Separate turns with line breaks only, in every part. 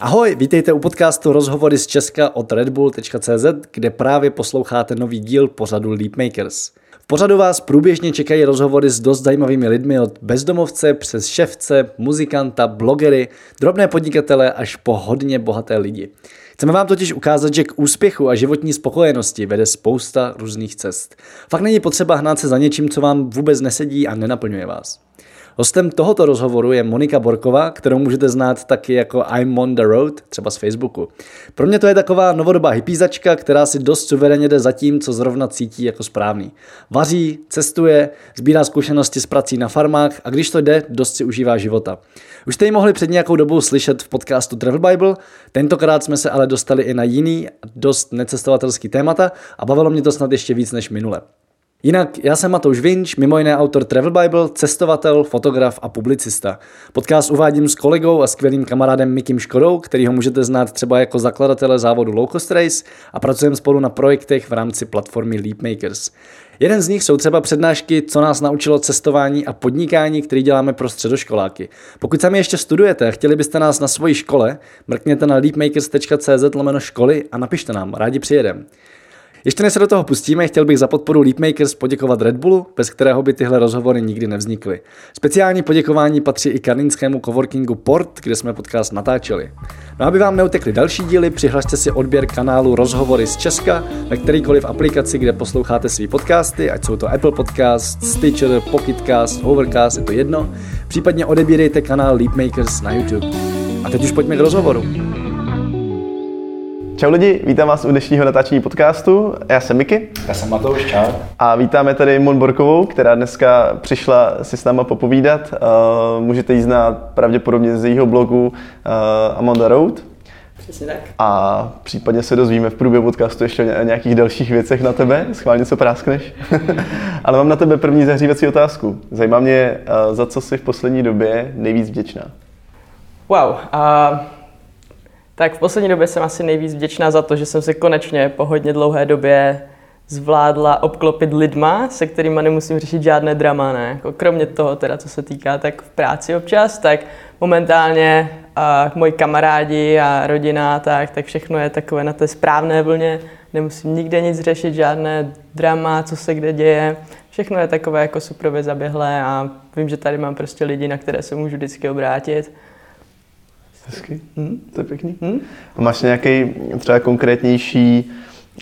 Ahoj, vítejte u podcastu Rozhovory z Česka od redbull.cz, kde právě posloucháte nový díl pořadu Leapmakers. V pořadu vás průběžně čekají rozhovory s dost zajímavými lidmi od bezdomovce přes ševce, muzikanta, blogery, drobné podnikatele až po hodně bohaté lidi. Chceme vám totiž ukázat, že k úspěchu a životní spokojenosti vede spousta různých cest. Fakt není potřeba hnát se za něčím, co vám vůbec nesedí a nenaplňuje vás. Hostem tohoto rozhovoru je Monika Borková, kterou můžete znát taky jako I'm on the road, třeba z Facebooku. Pro mě to je taková novodobá hippízačka, která si dost suverénně jde za tím, co zrovna cítí jako správný. Vaří, cestuje, sbírá zkušenosti s prací na farmách a když to jde, dost si užívá života. Už jste ji mohli před nějakou dobou slyšet v podcastu Travel Bible, tentokrát jsme se ale dostali i na jiný, dost necestovatelský témata a bavilo mě to snad ještě víc než minule. Jinak, já jsem Matouš Vinč, mimo jiné autor Travel Bible, cestovatel, fotograf a publicista. Podcast uvádím s kolegou a skvělým kamarádem Mikim Škodou, kterýho můžete znát třeba jako zakladatele závodu Low Cost Race a pracujeme spolu na projektech v rámci platformy Leapmakers. Jeden z nich jsou třeba přednášky, co nás naučilo cestování a podnikání, který děláme pro středoškoláky. Pokud sami ještě studujete a chtěli byste nás na svoji škole, mrkněte na leapmakers.cz/školy a napište nám, rádi přijedem. Ještě než se do toho pustíme, chtěl bych za podporu Leapmakers poděkovat Red Bullu, bez kterého by tyhle rozhovory nikdy nevznikly. Speciální poděkování patří i karlínskému coworkingu Port, kde jsme podcast natáčeli. No aby vám neutekly další díly, přihlašte si odběr kanálu Rozhovory z Česka ve kterýkoliv aplikaci, kde posloucháte svý podcasty, ať jsou to Apple Podcast, Stitcher, Pocketcast, Overcast, je to jedno. Případně odebírejte kanál Leapmakers na YouTube. A teď už pojďme k rozhovoru.
Čau lidi, vítám vás u dnešního natáčení podcastu. Já jsem Miky.
Já jsem Matouš, čau.
A vítáme tady Mon Borkovou, která dneska přišla si s náma popovídat. Můžete ji znát pravděpodobně z jejího blogu I'm on the road.
Přesně tak.
A případně se dozvíme v průběhu podcastu ještě o nějakých dalších věcech na tebe. Schválně co práskneš. Ale mám na tebe první zahřívací otázku. Zajímá mě, za co jsi v poslední době nejvíc vděčná.
Wow. Tak v poslední době jsem asi nejvíc vděčná za to, že jsem se konečně po hodně dlouhé době zvládla obklopit lidma, se kterými nemusím řešit žádné drama, ne? Jako kromě toho, teda, co se týká tak v práci občas, tak momentálně moji kamarádi a rodina, tak všechno je takové na té správné vlně. Nemusím nikde nic řešit, žádné drama, co se kde děje. Všechno je takové jako suprově zaběhlé a vím, že tady mám prostě lidi, na které se můžu vždycky obrátit.
Hezky, to je pěkný. A máš nějaký třeba konkrétnější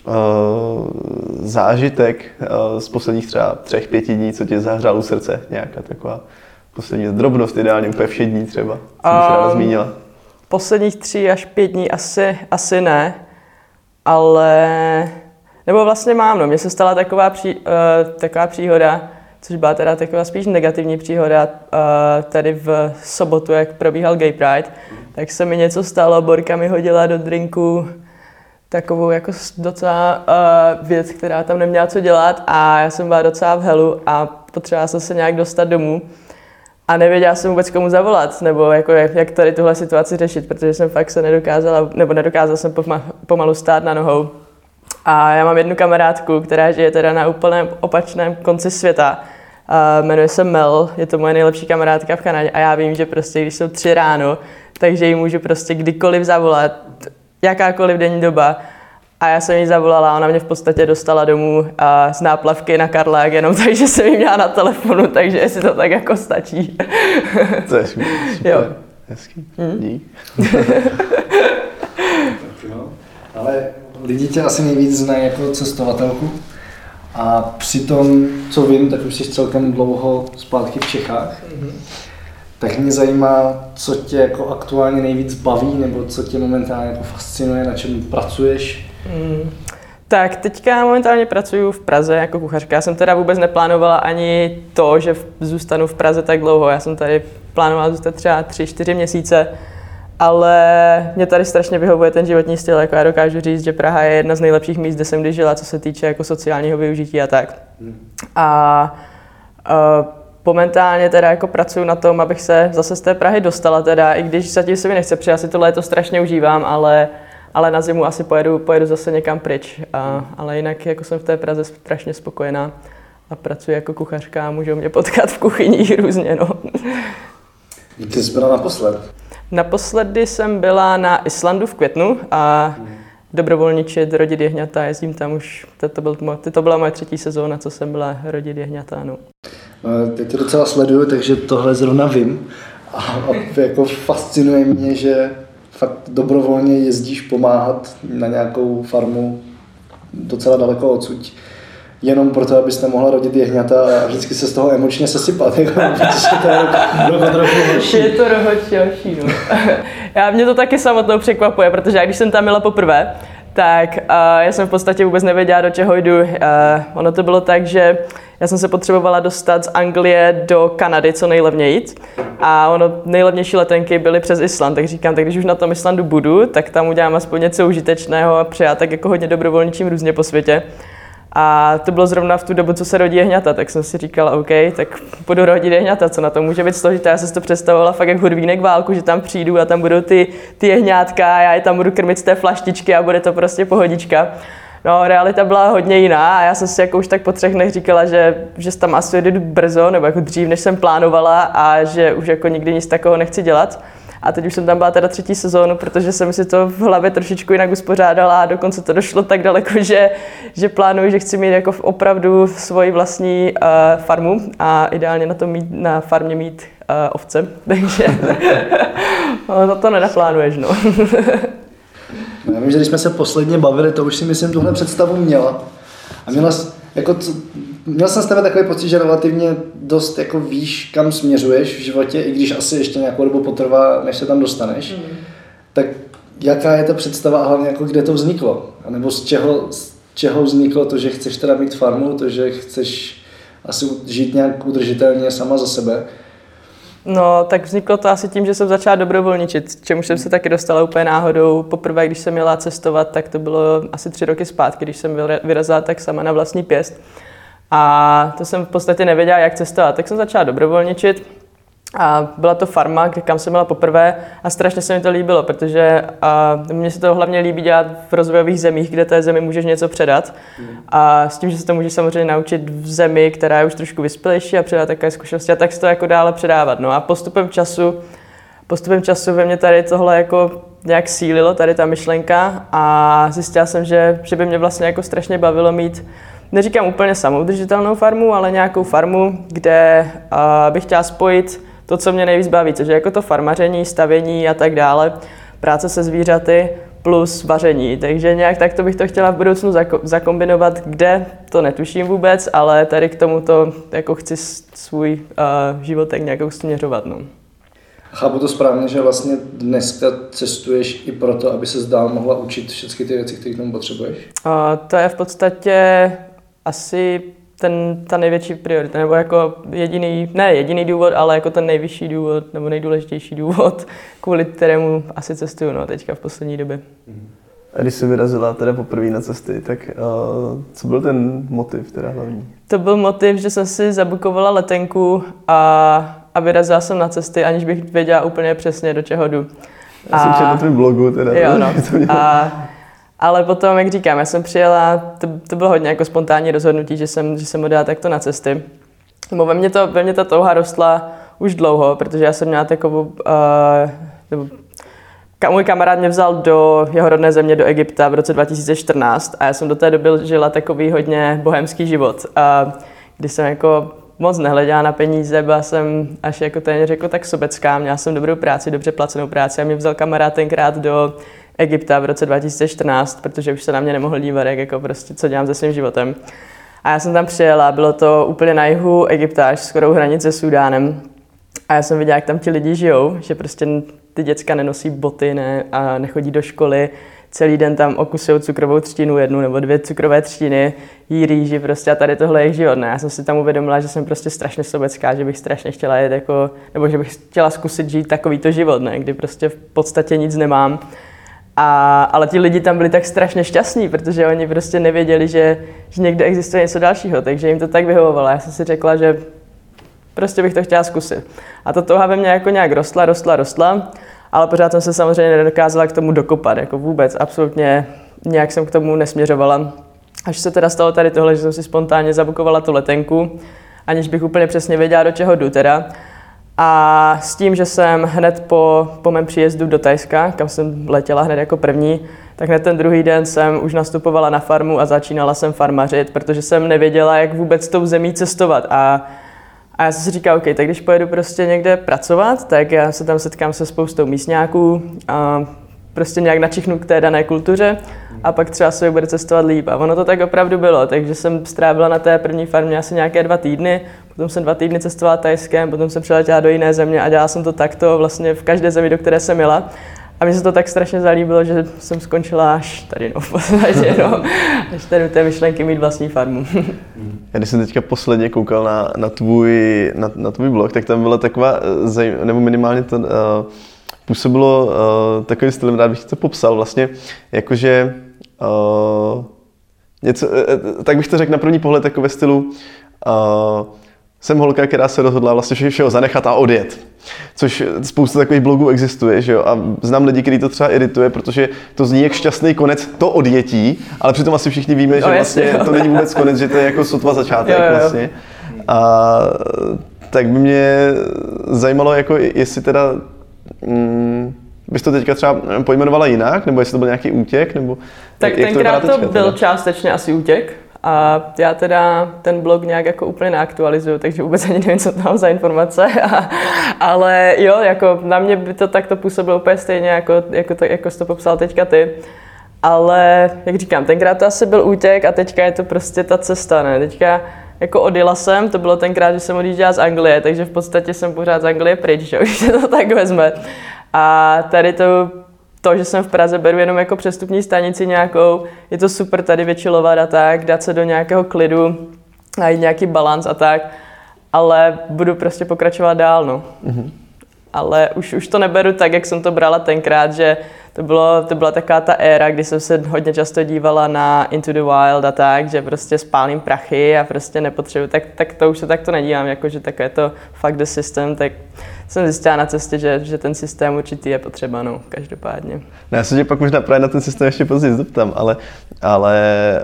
zážitek z posledních třeba 3-5 dní, co tě zahřál u srdce? Nějaká taková poslední drobnost, ideálně úplně všední třeba, co bys ráda zmínila?
Posledních 3 až 5 dní asi ne, ale... Nebo vlastně mám, no. Mně se stala taková příhoda, což byla teda taková spíš negativní příhoda tady v sobotu, jak probíhal Gay Pride, tak se mi něco stalo, Borka mi hodila do drinku takovou jako docela věc, která tam neměla co dělat a já jsem byla docela v helu a potřebovala jsem se nějak dostat domů a nevěděla jsem vůbec komu zavolat, nebo jako jak tady tuhle situaci řešit, protože jsem fakt se nedokázala jsem pomalu stát na nohou. A já mám jednu kamarádku, která žije teda na úplném opačném konci světa. Jmenuje se Mel, je to moje nejlepší kamarádka v Kanadě a já vím, že prostě když jsou 3 ráno, takže ji můžu prostě kdykoliv zavolat, jakákoliv denní doba. A já jsem jí zavolala a ona mě v podstatě dostala domů z náplavky na Karlák, jenom takže jsem jí měla na telefonu, takže jestli to tak jako stačí.
To je super.
Jo.
Hezký. Dík.
Ale lidi tě asi nejvíc znají jako cestovatelku a přitom, co vím, tak už jsi celkem dlouho zpátky v Čechách. Tak mě zajímá, co tě jako aktuálně nejvíc baví, nebo co tě momentálně jako fascinuje, na čem pracuješ?
Tak teďka momentálně pracuji v Praze jako kuchařka. Já jsem teda vůbec neplánovala ani to, že zůstanu v Praze tak dlouho. Já jsem tady plánovala zůstat třeba 3-4 měsíce, ale mě tady strašně vyhovuje ten životní styl. Jako já dokážu říct, že Praha je jedna z nejlepších míst, kde jsem kdy žila, co se týče jako sociálního využití a tak. Momentálně teda jako pracuji na tom, abych se zase z té Prahy dostala teda, i když zatím se mi nechce, protože já si to léto strašně užívám, ale na zimu asi pojedu zase někam pryč. Ale jinak jako jsem v té Praze strašně spokojená a pracuji jako kuchařka a můžou mě potkat v kuchyni různě, no.
Ty jsi byla naposled?
Naposledy jsem byla na Islandu v květnu a dobrovolničit, rodit jehňata, jezdím tam už, to byla moje 3. sezóna, co jsem byla rodit jehňata. No.
Teď to docela sleduju, takže tohle zrovna vím a jako fascinuje mě, že fakt dobrovolně jezdíš pomáhat na nějakou farmu docela daleko odsud. Jenom proto, abyste mohla rodit jehňata a vždycky se z toho emočně sesypat, jako, protože to je trochu horší.
Je to horší, no. Mě to taky samotnou překvapuje, protože já když jsem tam jela poprvé, tak já jsem v podstatě vůbec nevěděla, do čeho jdu. Ono to bylo tak, že já jsem se potřebovala dostat z Anglie do Kanady co nejlevněji a nejlevnější letenky byly přes Island, tak říkám, tak když už na tom Islandu budu, tak tam udělám aspoň něco užitečného a přijat tak jako hodně dobrovolničím různě po světě. A to bylo zrovna v tu dobu, co se rodí jehňata, tak jsem si říkala, OK, tak budu rodit jehňata, co na to může být složité. Já jsem si to představovala fakt jak hudvínek válku, že tam přijdu a tam budou ty jehňátka a já je tam budu krmit z té flaštičky a bude to prostě pohodička. No, realita byla hodně jiná a já jsem si jako už tak po 3 dnech říkala, že tam asi jdu brzo, nebo jako dřív, než jsem plánovala a že už jako nikdy nic takového nechci dělat. A teď už jsem tam byla teda 3. sezónu, protože jsem si to v hlavě trošičku jinak uspořádala a dokonce to došlo tak daleko, že plánuji, že chci mít jako opravdu svoji vlastní farmu a ideálně na farmě mít ovce, takže to nenaplánuješ, no.
Já vím, že když jsme se posledně bavili, to už si myslím tuhle představu měla. A měl jsem s tebe takový pocit, že relativně dost jako víš, kam směřuješ v životě, i když asi ještě nějakou dobu potrvá, než se tam dostaneš. Tak jaká je ta představa a hlavně jako kde to vzniklo? A nebo z čeho vzniklo to, že chceš teda mít farmu, to, že chceš asi žít nějak udržitelně sama za sebe?
No, tak vzniklo to asi tím, že jsem začala dobrovolničit, čemu jsem se taky dostala úplně náhodou. Poprvé, když jsem jela cestovat, tak to bylo asi 3 roky zpátky, když jsem vyrazila tak sama na vlastní pěst. A to jsem v podstatě nevěděla, jak cestovat, tak jsem začala dobrovolničit. A byla to farma, kam jsem byla poprvé a strašně se mi to líbilo, protože mně se to hlavně líbí dělat v rozvojových zemích, kde té zemi můžeš něco předat. A s tím, že se to můžeš samozřejmě naučit v zemi, která je už trošku vyspělejší a předat takové zkušenosti a tak se to jako dále předávat. No a postupem času ve mně tady tohle jako nějak sílilo, tady ta myšlenka a zjistila jsem, že by mě vlastně jako strašně bavilo mít, neříkám úplně samoudržitelnou farmu, ale nějakou farmu, kde bych chtěla spojit to, co mě nejvíc baví, což je jako to farmaření, stavění a tak dále, práce se zvířaty plus vaření. Takže nějak takto bych to chtěla v budoucnu zakombinovat, kde to netuším vůbec, ale tady k tomuto jako chci svůj životek nějak směřovat. No.
Chápu to správně, že vlastně dneska cestuješ i proto, aby se dál mohla učit všechny ty věci, které k tomu potřebuješ?
To je v podstatě asi ta největší priorita, nebo jako jediný důvod, ale jako ten nejvyšší důvod, nebo nejdůležitější důvod, kvůli kterému asi cestuju teďka v poslední době.
A když jsi vyrazila teda poprvé na cesty, tak co byl ten motiv teda hlavní?
To byl motiv, že jsem si zabukovala letenku a vyrazila jsem na cesty, aniž bych věděla úplně přesně, do čeho jdu.
Já jsem četl na tvém blogu teda.
Jo, no. Ale potom, jak říkám, já jsem přijela, to bylo hodně jako spontánní rozhodnutí, že jsem odjela takto na cesty. Ve mně ta touha rostla už dlouho, protože já jsem měla takovou, můj kamarád mě vzal do jeho rodné země, do Egypta v roce 2014 a já jsem do té doby žila takový hodně bohemský život, kdy jsem jako moc nehleděla na peníze, byla jsem až jako téměř řekl tak sobecká, měla jsem dobrou práci, dobře placenou práci a mě vzal kamarád tenkrát do Egypta v roce 2014, protože už se na mě nemohl dívat, jak jako prostě, co dělám se svým životem. A já jsem tam přijela, bylo to úplně na jihu Egypta, až skoro hranice s Súdánem. A já jsem viděla, jak tam ti lidi žijou, že prostě ty děcka nenosí boty a nechodí do školy. Celý den tam okusujou cukrovou třtinu, 1 nebo 2 cukrové třtiny, jí rýži prostě a tady tohle je jejich život. Já jsem si tam uvědomila, že jsem prostě strašně sobecká, že bych strašně chtěla jet jako, nebo že bych chtěla zkusit žít takovýto život, kdy prostě v podstatě nic nemám. Ale ti lidi tam byli tak strašně šťastní, protože oni prostě nevěděli, že někde existuje něco dalšího, takže jim to tak vyhovovalo. Já jsem si řekla, že prostě bych to chtěla zkusit. A ta touha ve mně jako nějak rostla, ale pořád jsem se samozřejmě nedokázala k tomu dokopat, jako vůbec, absolutně nějak jsem k tomu nesměřovala. Až se teda stalo tady tohle, že jsem si spontánně zabukovala tu letenku, aniž bych úplně přesně věděla, do čeho jdu teda. A s tím, že jsem hned po mém příjezdu do Thajska, kam jsem letěla hned jako první, tak hned ten druhý den jsem už nastupovala na farmu a začínala jsem farmařit, protože jsem nevěděla, jak vůbec tou zemí cestovat. A já jsem si říkal, OK, tak když pojedu prostě někde pracovat, tak já se tam setkám se spoustou místňáků a prostě nějak načichnu k té dané kultuře a pak třeba se bude cestovat líp. A ono to tak opravdu bylo, takže jsem strávila na té první farmě asi nějaké 2 týdny, potom jsem 2 týdny cestovala Thajskem, potom jsem přiletěla do jiné země a dělala jsem to takto vlastně v každé zemi, do které jsem jela. A mně se to tak strašně zalíbilo, že jsem skončila až tady, no, v podstatě, no, až tady té myšlenky mít vlastní farmu.
Já když jsem teďka posledně koukal na tvůj blog, tak tam byla taková, nebo minimálně to působilo takovým stylem, rád bych to popsal vlastně, jakože něco, tak bych to řekl na první pohled jako ve stylu, jsem holka, která se rozhodla vlastně všeho zanechat a odjet. Což spousta takových blogů existuje, že jo? A znám lidi, kteří to třeba irituje, protože to zní jak šťastný konec to odjetí, ale přitom asi všichni víme, že vlastně to není vůbec konec, že to je jako sotva začátek vlastně. A tak by mě zajímalo, jako jestli teda bys to teďka třeba pojmenovala jinak, nebo jestli to byl nějaký útěk, nebo
tak tenkrát to byl částečně asi útěk. A já teda ten blog nějak jako úplně neaktualizuju, takže vůbec ani nevím, co to mám za informace, ale jo, jako na mě by to takto působilo úplně stejně, jako jsi to popsal teďka ty. Ale jak říkám, tenkrát to asi byl útěk a teďka je to prostě ta cesta, ne? Teďka jako odjela jsem, to bylo tenkrát, že jsem odjížděla z Anglie, takže v podstatě jsem pořád z Anglie pryč, že už se to tak vezme. A tady to, že jsem v Praze, beru jenom jako přestupní stanici nějakou, je to super tady vychillovat a tak, dát se do nějakého klidu, najít nějaký balans a tak, ale budu prostě pokračovat dál, no. Mm-hmm. Ale už to neberu tak, jak jsem to brala tenkrát, že to byla taková ta éra, kdy jsem se hodně často dívala na Into the Wild a tak, že prostě spálím prachy a prostě nepotřebuji, tak to už se takto nedívám, jakože tak je to fuck the system, tak jsem zjistila na cestě, že ten systém určitý je potřeba, no, každopádně.
No, já se tě pak možná právě na ten systém ještě později zeptám, ale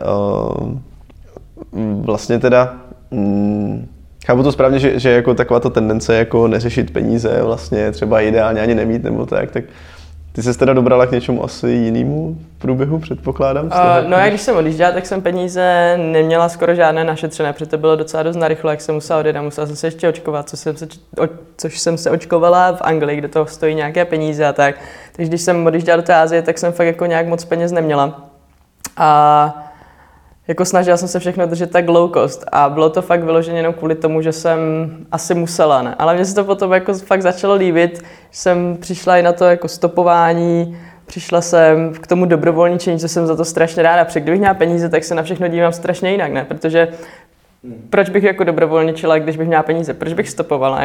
vlastně teda chápu to správně, že jako taková ta tendence jako neřešit peníze, vlastně třeba ideálně ani nemít nebo tak ty ses teda dobrala k něčemu asi jinému průběhu, předpokládám?
No já když jsem odjížděla, tak jsem peníze neměla skoro žádné našetřené, protože to bylo docela dost narychlo, jak jsem musela odjet a musela jsem se ještě očkovat, což jsem se očkovala v Anglii, kde to stojí nějaké peníze a tak. Takže když jsem odjížděla do té Asie, tak jsem fakt jako nějak moc peněz neměla. A jako snažila jsem se všechno držet tak low cost a bylo to fakt vyloženě jenom kvůli tomu, že jsem asi musela, ne? Ale mně se to potom jako fakt začalo líbit, že jsem přišla i na to jako stopování, přišla jsem k tomu dobrovolničení, co jsem za to strašně ráda, protože kdybych měla peníze, tak se na všechno dívám strašně jinak, ne? Protože proč bych jako dobrovolničila, když bych měla peníze, proč bych stopovala,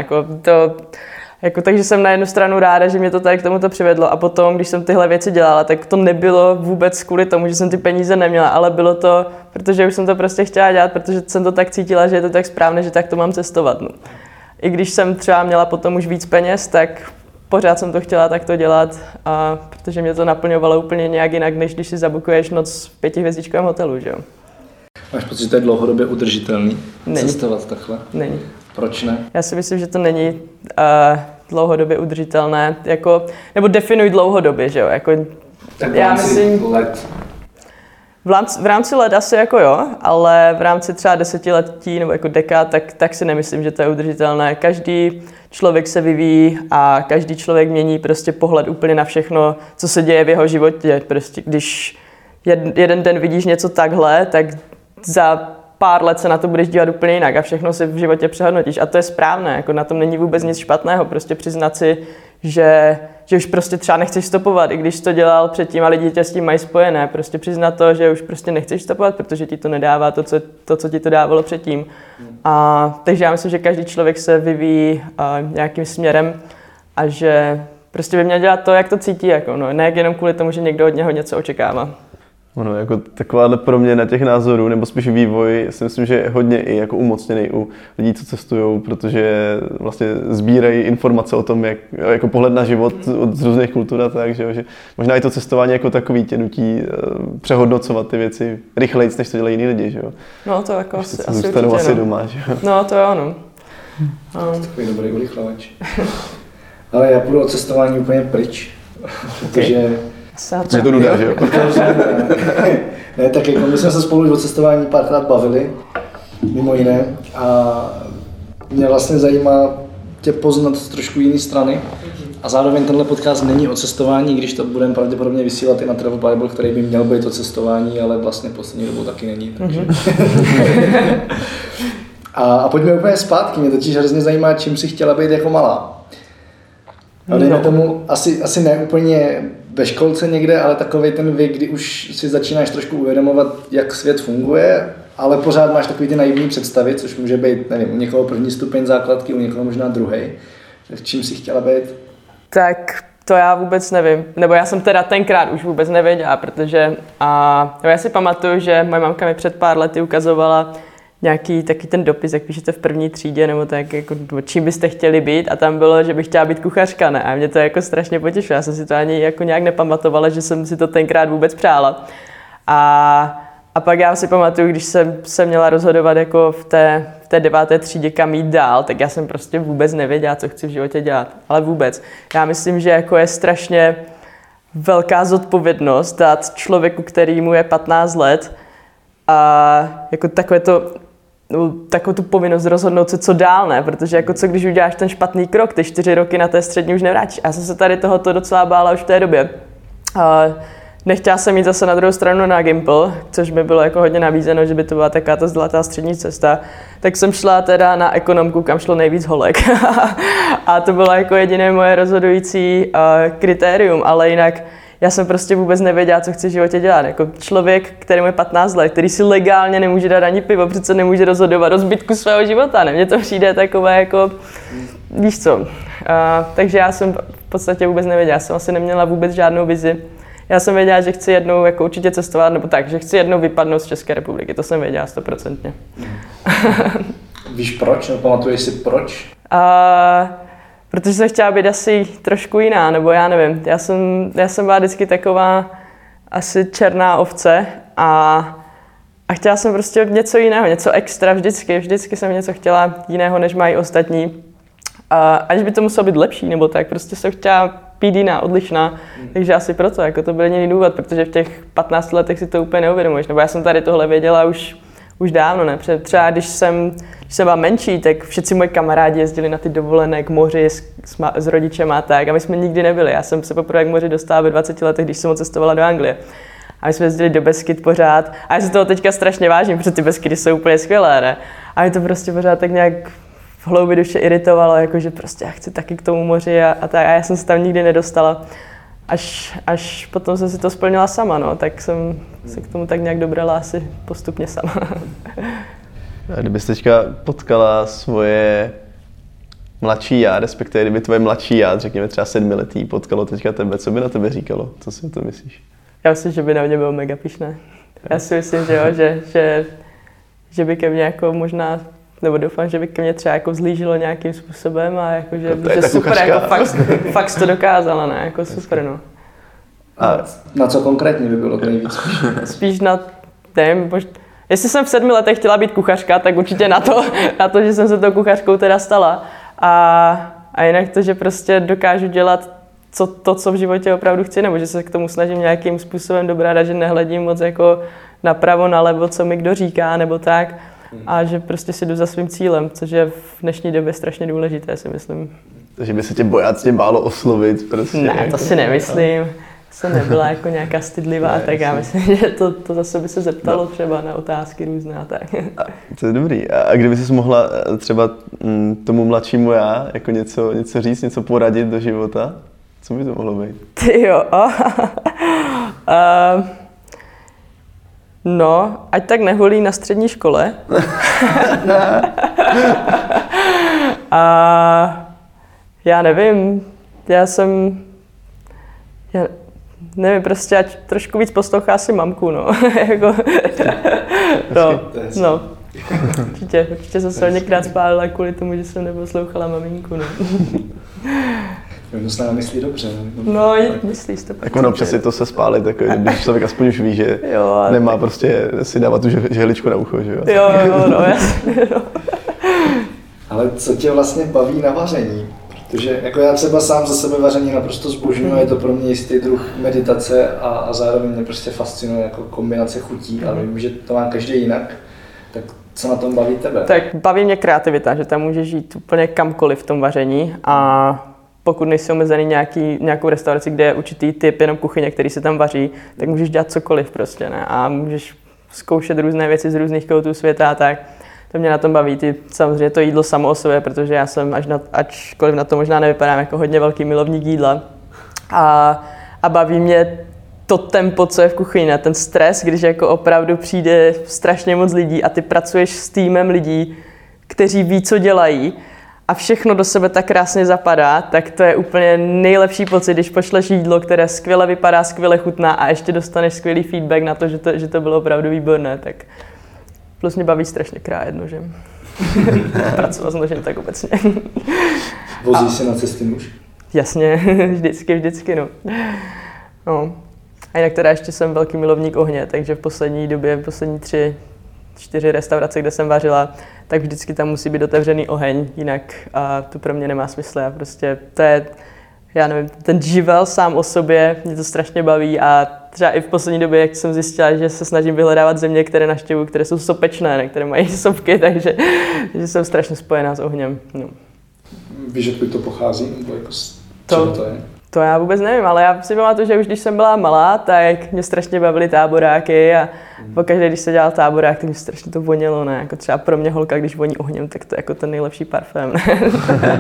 takže jsem na jednu stranu ráda, že mě to tady k tomuto přivedlo a potom, když jsem tyhle věci dělala, tak to nebylo vůbec kvůli tomu, že jsem ty peníze neměla, ale bylo to, protože už jsem to prostě chtěla dělat, protože jsem to tak cítila, že je to tak správné, že tak to mám cestovat. No. I když jsem třeba měla potom už víc peněz, tak pořád jsem to chtěla takto dělat, protože mě to naplňovalo úplně nějak jinak, než když si zabukuješ noc v 5hvězdičkovém hotelu, že jo.
Máš pocit, že to je dlouhodobě udržitelný?
Není.
Cestovat takhle?
Není.
Proč ne?
Já si myslím, že to není dlouhodobě udržitelné, nebo definuj dlouhodobě, že jo,
tak
já myslím,
let.
V rámci let asi jako jo, ale v rámci třeba 10letí nebo jako dekád, tak si nemyslím, že to je udržitelné. Každý člověk se vyvíjí a každý člověk mění prostě pohled úplně na všechno, co se děje v jeho životě. Prostě když jeden den vidíš něco takhle, tak za pár let se na to budeš dívat úplně jinak a všechno si v životě přehodnotíš. A to je správné, jako na tom není vůbec nic špatného, prostě přiznat si, že už prostě třeba nechceš stopovat, i když to dělal předtím a lidi tě s tím mají spojené. Prostě přiznat to, že už prostě nechceš stopovat, protože ti to nedává to, co ti to dávalo předtím. Takže já myslím, že každý člověk se vyvíjí nějakým směrem a že prostě by měl dělat to, jak to cítí, ne jenom kvůli tomu, že někdo od něho něco očekává.
Ono jako takováhle proměna těch názorů, nebo spíš vývoj, si myslím, že je hodně i jako umocněný u lidí, co cestujou, protože vlastně sbírají informace o tom, jak jako pohled na život od různých kultur a tak, že možná i to cestování jako takový tě nutí přehodnocovat ty věci rychleji, než to dělají jiní lidi, že jo.
No to jako asi
zůstanou
určitě,
asi doma, že jo.
No to jo, no.
Takový dobrý urychlovač. Ale já půjdu od cestování úplně pryč, protože...
Je to nuda, že jo?
Ne, tak jako my jsme se spolu o cestování párkrát bavili, mimo jiné, a mě vlastně zajímá tě poznat z trošku jiné strany. A zároveň tenhle podcast není o cestování, když to budeme pravděpodobně vysílat i na Travel Bible, který by měl být o cestování, ale vlastně poslední dobou taky není. Takže. A pojďme úplně zpátky, mě totiž hrozně zajímá, čím jsi chtěla být jako malá. No, dejme tomu, asi ne úplně ve školce někde, ale takový ten věk, kdy už si začínáš trošku uvědomovat, jak svět funguje, ale pořád máš takový ty naivní představy, což může být, nevím, u někoho první stupeň základky, u někoho možná druhý. Čím jsi chtěla být?
Tak to já vůbec nevím, nebo já jsem teda tenkrát už vůbec nevěděla, protože já si pamatuju, že moje mamka mi před pár lety ukazovala nějaký taky ten dopis, jak píšete v první třídě, nebo tak, jako, čím byste chtěli být, a tam bylo, že bych chtěla být kuchařka, ne? A mě to jako strašně potěšilo, já jsem si to ani jako nějak nepamatovala, že jsem si to tenkrát vůbec přála. A pak já si pamatuju, když jsem se měla rozhodovat jako v té 9. třídě, kam jít dál, tak já jsem prostě vůbec nevěděla, co chci v životě dělat. Ale vůbec. Já myslím, že jako je strašně velká zodpovědnost dát člověku, který mu je 15 let, a jako takovou tu povinnost rozhodnout se, co dál, ne? Protože jako co, když uděláš ten špatný krok, ty 4 roky na té střední už nevrátíš. Já jsem se tady tohoto docela bála už v té době. Nechtěla jsem jít zase na druhou stranu na Gimple, což mi bylo jako hodně nabízeno, že by to byla taková ta zlatá střední cesta. Tak jsem šla teda na ekonomku, kam šlo nejvíc holek. A to bylo jako jediné moje rozhodující kritérium, ale jinak já jsem prostě vůbec nevěděla, co chci v životě dělat. Jako člověk, který má 15 let, který si legálně nemůže dát ani pivo, přece nemůže rozhodovat o zbytku svého života. Ne? Mně to přijde takové jako, víš co. Takže já jsem v podstatě vůbec nevěděla, já jsem asi neměla vůbec žádnou vizi. Já jsem věděla, že chci jednou jako určitě cestovat, nebo tak, že chci jednou vypadnout z České republiky, to jsem věděla 100%.
Víš proč? Nebo pamatuješ si proč?
Protože jsem chtěla být asi trošku jiná, nebo já nevím. Já jsem byla vždycky taková asi černá ovce a chtěla jsem prostě něco jiného, něco extra vždycky jsem něco chtěla jiného, než mají ostatní. Aniž by to muselo být lepší, nebo tak, prostě jsem chtěla být jiná, odlišná, takže asi proto, jako to byl jediný důvod, protože v těch 15 letech si to úplně neuvědomuješ, nebo já jsem tady tohle věděla už dávno, ne? Třeba když jsem byla menší, tak všichni moji kamarádi jezdili na ty dovolené k moři s rodičema a tak, a my jsme nikdy nebyli. Já jsem se poprvé k moři dostala ve 20 letech, když jsem cestovala do Anglie. A my jsme jezdili do Beskyd pořád, a já si toho teďka strašně vážím, protože ty Beskydy jsou úplně skvělé, ne? A mě to prostě pořád tak nějak v hloubi duše iritovalo, jakože prostě já chci taky k tomu moři a tak, a já jsem se tam nikdy nedostala. Až potom jsem si to splnila sama, no, tak jsem se k tomu tak nějak dobrala asi postupně sama.
A kdybys teďka potkala svoje mladší já, respektive kdyby tvoje mladší já, řekněme třeba 7letý, potkalo teďka tebe, co by na tebe říkalo? Co si o to myslíš?
Já myslím, že by na mě bylo mega pyšné. Já si myslím, že jo, že by ke mně jako možná, nebo doufám, že by ke mně třeba jako vzlížilo nějakým způsobem a jako, že super, jako fakt to dokázala, ne, jako super, no.
A na co konkrétně by bylo to nejvíc?
Spíš na, nevím, jestli jsem v 7 letech chtěla být kuchařka, tak určitě na to, že jsem se tou kuchařkou teda stala. A jinak to, že prostě dokážu dělat co v životě opravdu chci, nebo že se k tomu snažím nějakým způsobem dobrá, že nehledím moc jako napravo, nalevo, co mi kdo říká, nebo tak. A že prostě si jdu za svým cílem, což je v dnešní době strašně důležité, si myslím.
Takže by se tě bojácně bálo oslovit prostě?
Ne,
jako,
to si nemyslím. Jsem nebyla jako nějaká stydlivá, tak já myslím, že to zase by se zeptalo třeba na otázky různé a tak.
To je dobrý. A kdyby jsi mohla třeba tomu mladšímu já jako něco říct, něco poradit do života, co by to mohlo být?
Ty jo. No, ať tak neholí na střední škole. A já nevím, já nevím, prostě ať trošku víc poslouchá si mamku, no. Jako, no. Určitě jsem se hodněkrát spálila kvůli tomu, že jsem neposlouchala maminku, no.
To se nám myslí dobře, ne?
No, myslíš to.
Tak ono občas si to se spálit, jako, když člověk aspoň už ví, že jo, nemá tak prostě si dávat tu žehličku na ucho, že jo?
Jo, no, jasně, no.
Ale co tě vlastně baví na vaření? Protože jako já třeba sám za sebe vaření naprosto zbožňuji, je to pro mě jistý druh meditace a zároveň mě prostě fascinuje jako kombinace chutí, ale vím, že to má každý jinak. Tak co na tom baví tebe?
Tak baví mě kreativita, že tam můžeš žít úplně kamkoliv v tom vaření a pokud nejsi omezený nějakou restauraci, kde je určitý typ jenom kuchyně, který se tam vaří, tak můžeš dělat cokoliv prostě, ne? A můžeš zkoušet různé věci z různých koutů světa a tak. To mě na tom baví, samozřejmě to jídlo samo o sobě, protože já jsem ačkoliv na to možná nevypadám jako hodně velký milovník jídla. A baví mě to tempo, co je v kuchyni, ten stres, když jako opravdu přijde strašně moc lidí a ty pracuješ s týmem lidí, kteří ví, co dělají a všechno do sebe tak krásně zapadá, tak to je úplně nejlepší pocit, když pošleš jídlo, které skvěle vypadá, skvěle chutná a ještě dostaneš skvělý feedback na to, že to bylo opravdu výborné. Tak plus mě baví strašně krájet nožem. Pracovat s nožem tak obecně.
Vozí se na cesty nůž?
Jasně, vždycky, no. A jinak teda ještě jsem velký milovník ohně, takže v poslední 3-4 restaurace, kde jsem vařila, tak vždycky tam musí být otevřený oheň, jinak to pro mě nemá smysl. Já nevím, ten živel sám o sobě, mě to strašně baví a třeba i v poslední době, jak jsem zjistila, že se snažím vyhledávat země, které navštěvuju, které jsou sopečné, ne, které mají sopky, takže jsem strašně spojená s ohněm. No.
Víš, odkud to pochází? Nebo jako čeho to je?
To já vůbec nevím, ale já si pamatuju, že už když jsem byla malá, tak mě strašně bavily táboráky a pokaždé, když se dělal táborák, tak mě strašně to vonělo, ne? Jako třeba pro mě holka, když voní ohněm, tak to je jako ten nejlepší parfém, ne?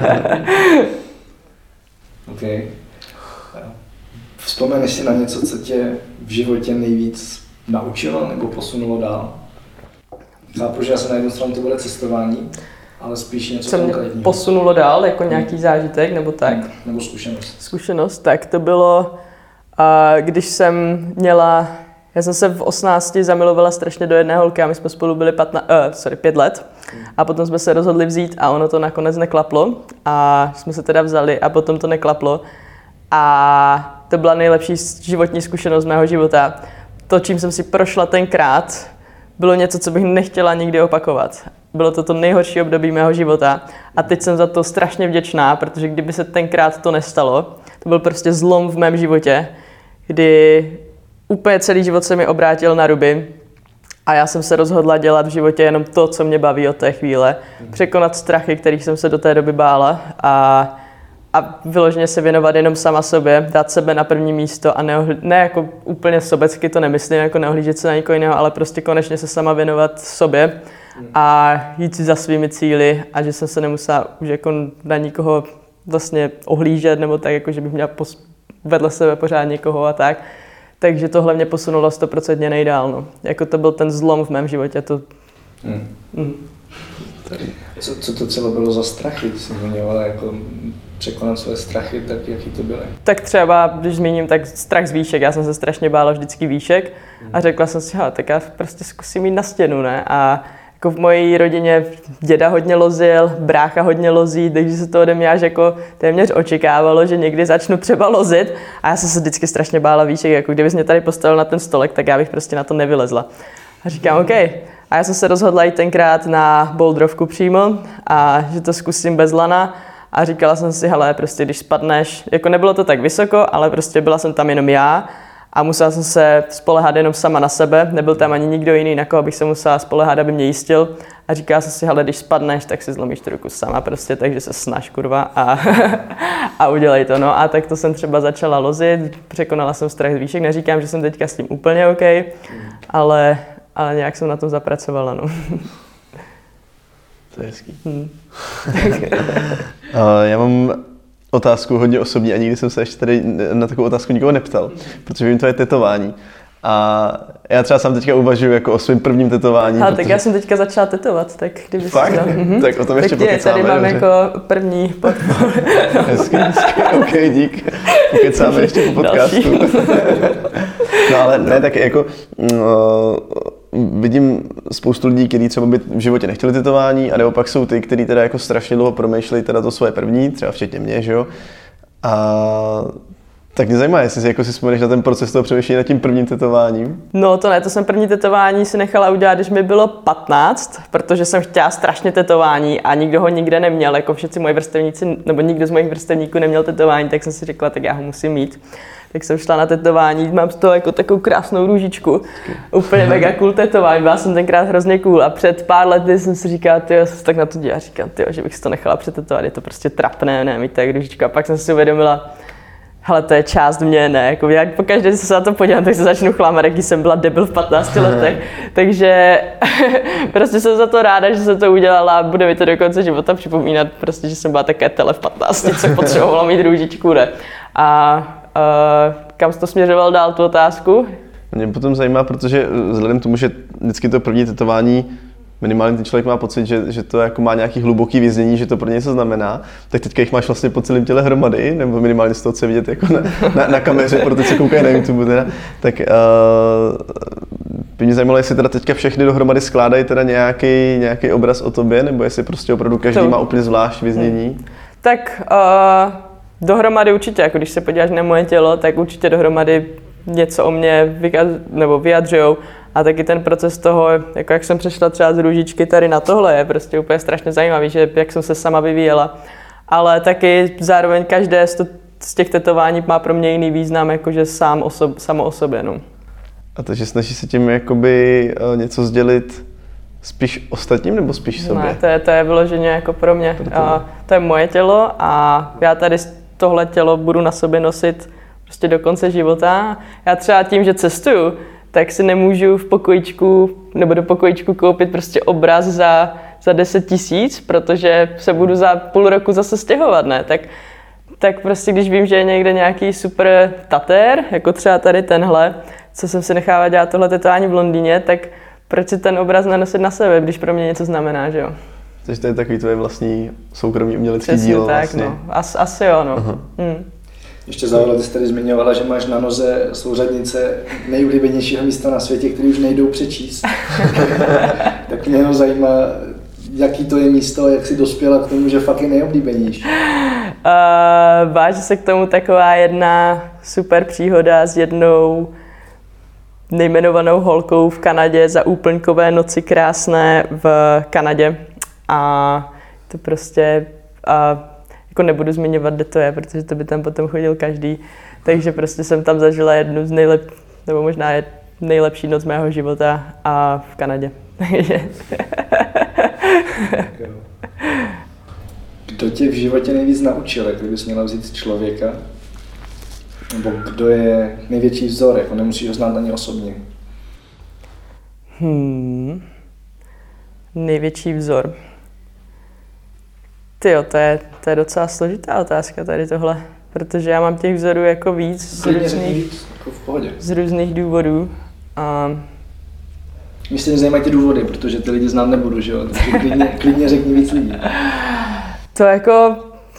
OK. Vzpomeneš si na něco, co tě v životě nejvíc naučilo nebo posunulo dál? Chápu, že asi na jednu stranu to bude cestování, ale spíš něco konkrétního. Co mě
posunulo dál, jako nějaký zážitek nebo tak?
Nebo zkušenost.
Zkušenost, tak to bylo, když já jsem se v 18 zamilovala strašně do jedné holky a my jsme spolu byli 5 let. A potom jsme se rozhodli vzít a ono to nakonec neklaplo. A jsme se teda vzali a potom to neklaplo. A to byla nejlepší životní zkušenost mého života. To, čím jsem si prošla tenkrát, bylo něco, co bych nechtěla nikdy opakovat. Bylo to nejhorší období mého života a teď jsem za to strašně vděčná, protože kdyby se tenkrát to nestalo, to byl prostě zlom v mém životě, kdy úplně celý život se mi obrátil na ruby a já jsem se rozhodla dělat v životě jenom to, co mě baví od té chvíle. Překonat strachy, kterých jsem se do té doby bála a vyloženě se věnovat jenom sama sobě, dát sebe na první místo a ne jako úplně sobecky, to nemyslím, jako neohlížet se na nikoho jiného, ale prostě konečně se sama věnovat sobě a jít si za svými cíli a že jsem se nemusela už jako na nikoho vlastně ohlížet nebo tak, jako že bych měla vedle sebe pořád někoho a tak. Takže tohle mě posunulo 100% nejdál. No. Jako to byl ten zlom v mém životě.
Co to třeba bylo za strachy? Ty jsi zmiňovala jako překonat své strachy, tak jaký to byly?
Tak třeba, když zmíním, tak strach z výšek. Já jsem se strašně bála vždycky výšek a řekla jsem si, tak já prostě zkusím jít na stěnu, ne? A jako v mojí rodině děda hodně lozil, brácha hodně lozí, takže se to ode mě až jako téměř očekávalo, že někdy začnu třeba lozit a já jsem se vždycky strašně bála výšek, jako kdybys mě tady postavil na ten stolek, tak já bych prostě na to nevylezla. A říkám, OK. A já jsem se rozhodla jít tenkrát na bouldrovku přímo a že to zkusím bez lana a říkala jsem si, hele, prostě když spadneš, jako nebylo to tak vysoko, ale prostě byla jsem tam jenom já a musela jsem se spoléhat jenom sama na sebe, nebyl tam ani nikdo jiný, na koho bych se musela spoléhat, aby mě jistil. A říkala jsem si, hele, když spadneš, tak si zlomíš tu ruku sama prostě, takže se snaž, kurva, a udělej to. No a tak to jsem třeba začala lozit, překonala jsem strach z výšek, neříkám, že jsem teďka s tím úplně OK, ale nějak jsem na tom zapracovala, no.
To je hezký. Já mám otázku hodně osobní a nikdy jsem se ještě tady na takovou otázku nikoho neptal, protože vím, to je tetování. A já třeba sám teďka uvažuji jako o svém prvním tetování.
Tak já jsem teďka začala tetovat, tak kdyby
si dal. Tak o tom ještě pokecáme.
Tady mám jako první portfolio.
Hezky. OK, dík. Pokecáme ještě po podcastu. No ale ne, tak jako vidím spoustu lidí, kteří třeba by v životě nechtěli tetování, a nebo pak jsou ty, kteří teda jako strašně dlouho promýšlejí teda to svoje první, třeba včetně mě, že jo. A Tak mě zajímá, jestli si jako si vzpomeneš na ten proces toho přemýšlení nad tím prvním tetováním.
No to ne, to jsem první tetování si nechala udělat, když mi bylo 15, protože jsem chtěla strašně tetování a nikdo ho nikde neměl, jako všichni moji vrstevníci, nebo nikdo z mojich vrstevníků neměl tetování, tak jsem si řekla, tak já ho musím mít. Tak jsem šla na tetování, mám z toho jako takovou krásnou růžičku, úplně mega cool tetování, byla jsem tenkrát hrozně cool a před pár lety jsem si říkala, tyjo, jsem tak na to dělala, říkám, tyjo, že bych si to nechala přetetovat, je to prostě trapné, ne, mít tak růžičku a pak jsem si uvědomila, hele, to je část mě, ne, jako jak pokaždé se na to podívám, tak se začnu chlámat, jaký jsem byla debil v 15 letech, takže prostě jsem za to ráda, že jsem to udělala a bude mi to do konce života připomínat, prostě, že jsem byla také tele v 15, co potřebovala mít růžičku, ne. A kam jsi to směřoval dál, tu otázku?
Mě potom zajímá, protože vzhledem k tomu, že vždycky to první tetování, minimálně ten člověk má pocit, že to jako má nějaký hluboký věznění, že to pro ně něco znamená, tak teďka jich máš vlastně po celém těle hromady, nebo minimálně z toho, co je vidět jako na kameře, pro ty, co koukají na YouTube teda, tak by mě zajímalo, jestli teda teďka všechny dohromady skládají teda nějaký obraz o tobě, nebo jestli prostě opravdu každý má úplně zvlášť věznění.
Tak dohromady určitě, jako když se podíváš na moje tělo, tak určitě dohromady něco o mě vyjadřujou. A taky ten proces toho, jako jak jsem přešla třeba z růžičky tady na tohle, je prostě úplně strašně zajímavý, že jak jsem se sama vyvíjela. Ale taky zároveň každé z těch tetování má pro mě jiný význam, jakože samo o sobě. No.
A takže snažíš se tím jakoby něco sdělit spíš ostatním nebo spíš sobě?
Ne, to je vyloženě jako pro mě. To je moje tělo a já tady tohle tělo budu na sobě nosit prostě do konce života. Já třeba tím, že cestuju, tak si nemůžu v pokojíčku nebo do pokojíčku koupit prostě obraz za 10 000, protože se budu za půl roku zase stěhovat, ne? Tak prostě když vím, že je někde nějaký super tatér, jako třeba tady tenhle, co jsem si nechávala dělat tohle tetování v Londýně, tak proč si ten obraz nenosit na sebe, když pro mě něco znamená, že jo?
Takže to je takový tvoje vlastní soukromý umělecký
přesně
dílo
tak,
vlastně.
No. Asi jo, no.
Ještě zároveň ty jsi tady zmiňovala, že máš na noze souřadnice nejoblíbenějšího místa na světě, které už nejdou přečíst. Tak mě jenom zajímá, jaký to je místo a jak jsi dospěla k tomu, že fakt je nejoblíbenější.
Váže se k tomu taková jedna super příhoda s jednou nejmenovanou holkou v Kanadě za úplňkové noci krásné v Kanadě. A to prostě... jako nebudu zmiňovat, kde to je, protože to by tam potom chodil každý. Takže prostě jsem tam zažila jednu z nebo možná nejlepší noc mého života a v Kanadě.
Kdo tě v životě nejvíc naučil, jak bys měla vzít člověka? Nebo kdo je největší vzor, jako nemusíš ho znát ani osobně?
Největší vzor. Tyjo, to je docela složitá otázka tady tohle, protože já mám těch vzorů jako víc z různých důvodů.
Mě stejně zajímají ty důvody, protože ty lidi znát nebudu, že jo? Takže klidně řekni víc lidí.
To jako...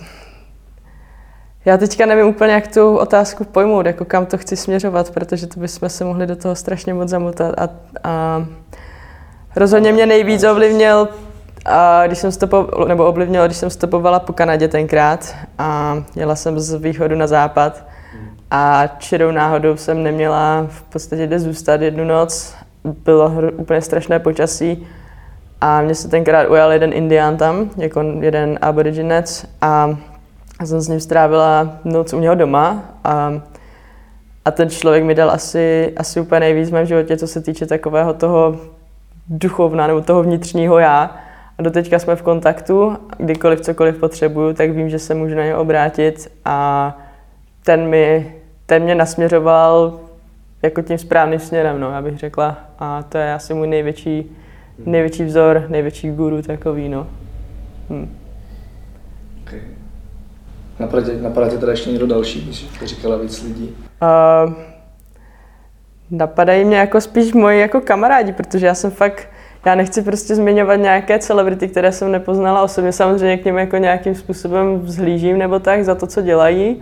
Já teďka nevím úplně, jak tu otázku pojmout, jako kam to chci směřovat, protože to bychom se mohli do toho strašně moc zamotat. A rozhodně mě nejvíc ovlivnil, když jsem stopovala po Kanadě tenkrát a jela jsem z východu na západ a čirou náhodou jsem neměla v podstatě kde zůstat jednu noc. Bylo úplně strašné počasí a mě se tenkrát ujal jeden indián tam, jako jeden aboriginec a jsem s ním strávila noc u něho doma a ten člověk mi dal asi úplně nejvíc v mém životě, co se týče takového toho duchovna nebo toho vnitřního já. A doteďka jsme v kontaktu, kdykoliv cokoliv potřebuju, tak vím, že se můžu na něj obrátit a ten mě nasměřoval jako tím správným směrem, no, já bych řekla. A to je asi můj největší vzor, největší guru takový, no.
Okay. Napadá tě teda ještě někdo další, když to říkala víc lidí?
Napadají mě jako spíš moji jako kamarádi, protože já nechci prostě zmiňovat nějaké celebrity, které jsem nepoznala osobně. Samozřejmě k něm jako nějakým způsobem vzhlížím nebo tak za to, co dělají.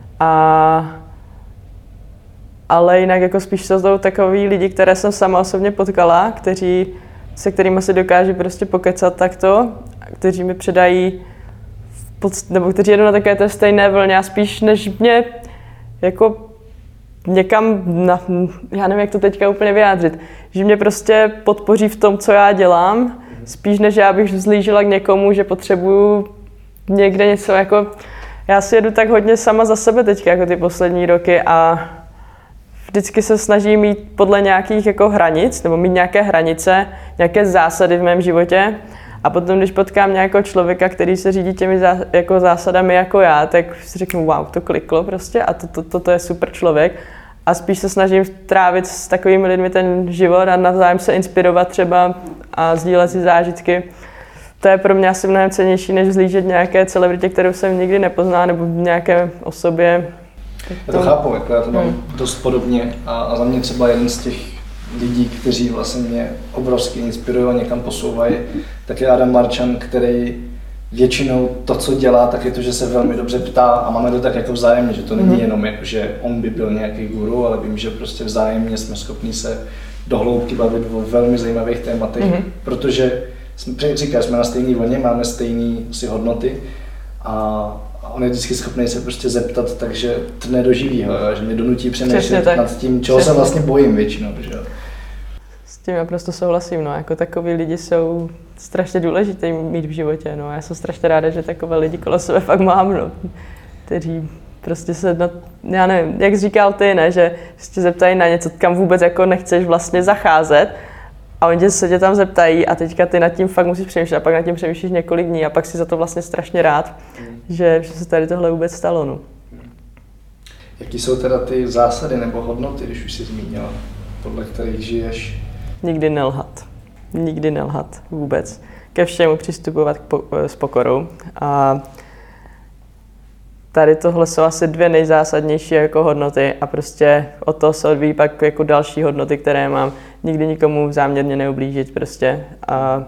Ale jinak jako spíš jsou to takový lidi, které jsem sama osobně potkala, se kterými si dokážu prostě pokecat takto, kteří mi předají, nebo kteří jedou na takové té stejné vlně a spíš než mě jako někam, já nevím, jak to teďka úplně vyjádřit, že mě prostě podpoří v tom, co já dělám, spíš než já bych vzlížila k někomu, že potřebuju někde něco jako, já si jedu tak hodně sama za sebe teďka, jako ty poslední roky a vždycky se snažím jít podle nějakých jako hranic, nebo mít nějaké hranice, nějaké zásady v mém životě. A potom, když potkám nějakého člověka, který se řídí těmi jako zásadami jako já, tak si řeknu, wow, to kliklo prostě a to je super člověk. A spíš se snažím trávit s takovými lidmi ten život a navzájem se inspirovat třeba a sdílet si zážitky. To je pro mě asi mnohem cennější, než vzlížet nějaké celebritě, kterou jsem nikdy nepoznal, nebo nějaké osobě.
Já to chápu, jako já to mám dost podobně a za mě třeba jeden z těch lidí, kteří vlastně mě obrovsky inspirují a někam posouvají, tak je Adam Marčan, který většinou to, co dělá, tak je to, že se velmi dobře ptá a máme to tak jako vzájemně, že to není jenom jako, že on by byl nějaký guru, ale vím, že prostě vzájemně jsme schopni se do hloubky bavit o velmi zajímavých tématech, protože jsme na stejné vlně, máme stejné hodnoty a on je vždycky schopný se prostě zeptat, takže tne do živýho, že mě donutí přemýšlet nad tím, čeho se vlastně bojím většinou. Že?
S tím já prostě souhlasím, no, jako takový lidi jsou strašně důležité mít v životě, no, já jsem strašně ráda, že takové lidi kolem sebe fakt mám, no, kteří prostě se, já nevím, jak jsi říkal ty, ne, že se zeptají na něco, kam vůbec jako nechceš vlastně zacházet, a oni se tě tam zeptají a teďka ty nad tím fakt musíš přemýšlet a pak nad tím přemýšlíš několik dní a pak si za to vlastně strašně rád, že se tady tohle vůbec stalo. No.
Jaký jsou teda ty zásady nebo hodnoty, když už jsi zmínila, podle kterých žiješ?
Nikdy nelhat. Nikdy nelhat vůbec. Ke všemu přistupovat s pokorou. A tady tohle jsou asi dvě nejzásadnější jako hodnoty a prostě od toho se odvíjí pak jako další hodnoty, které mám. Nikdy nikomu záměrně neublížit prostě a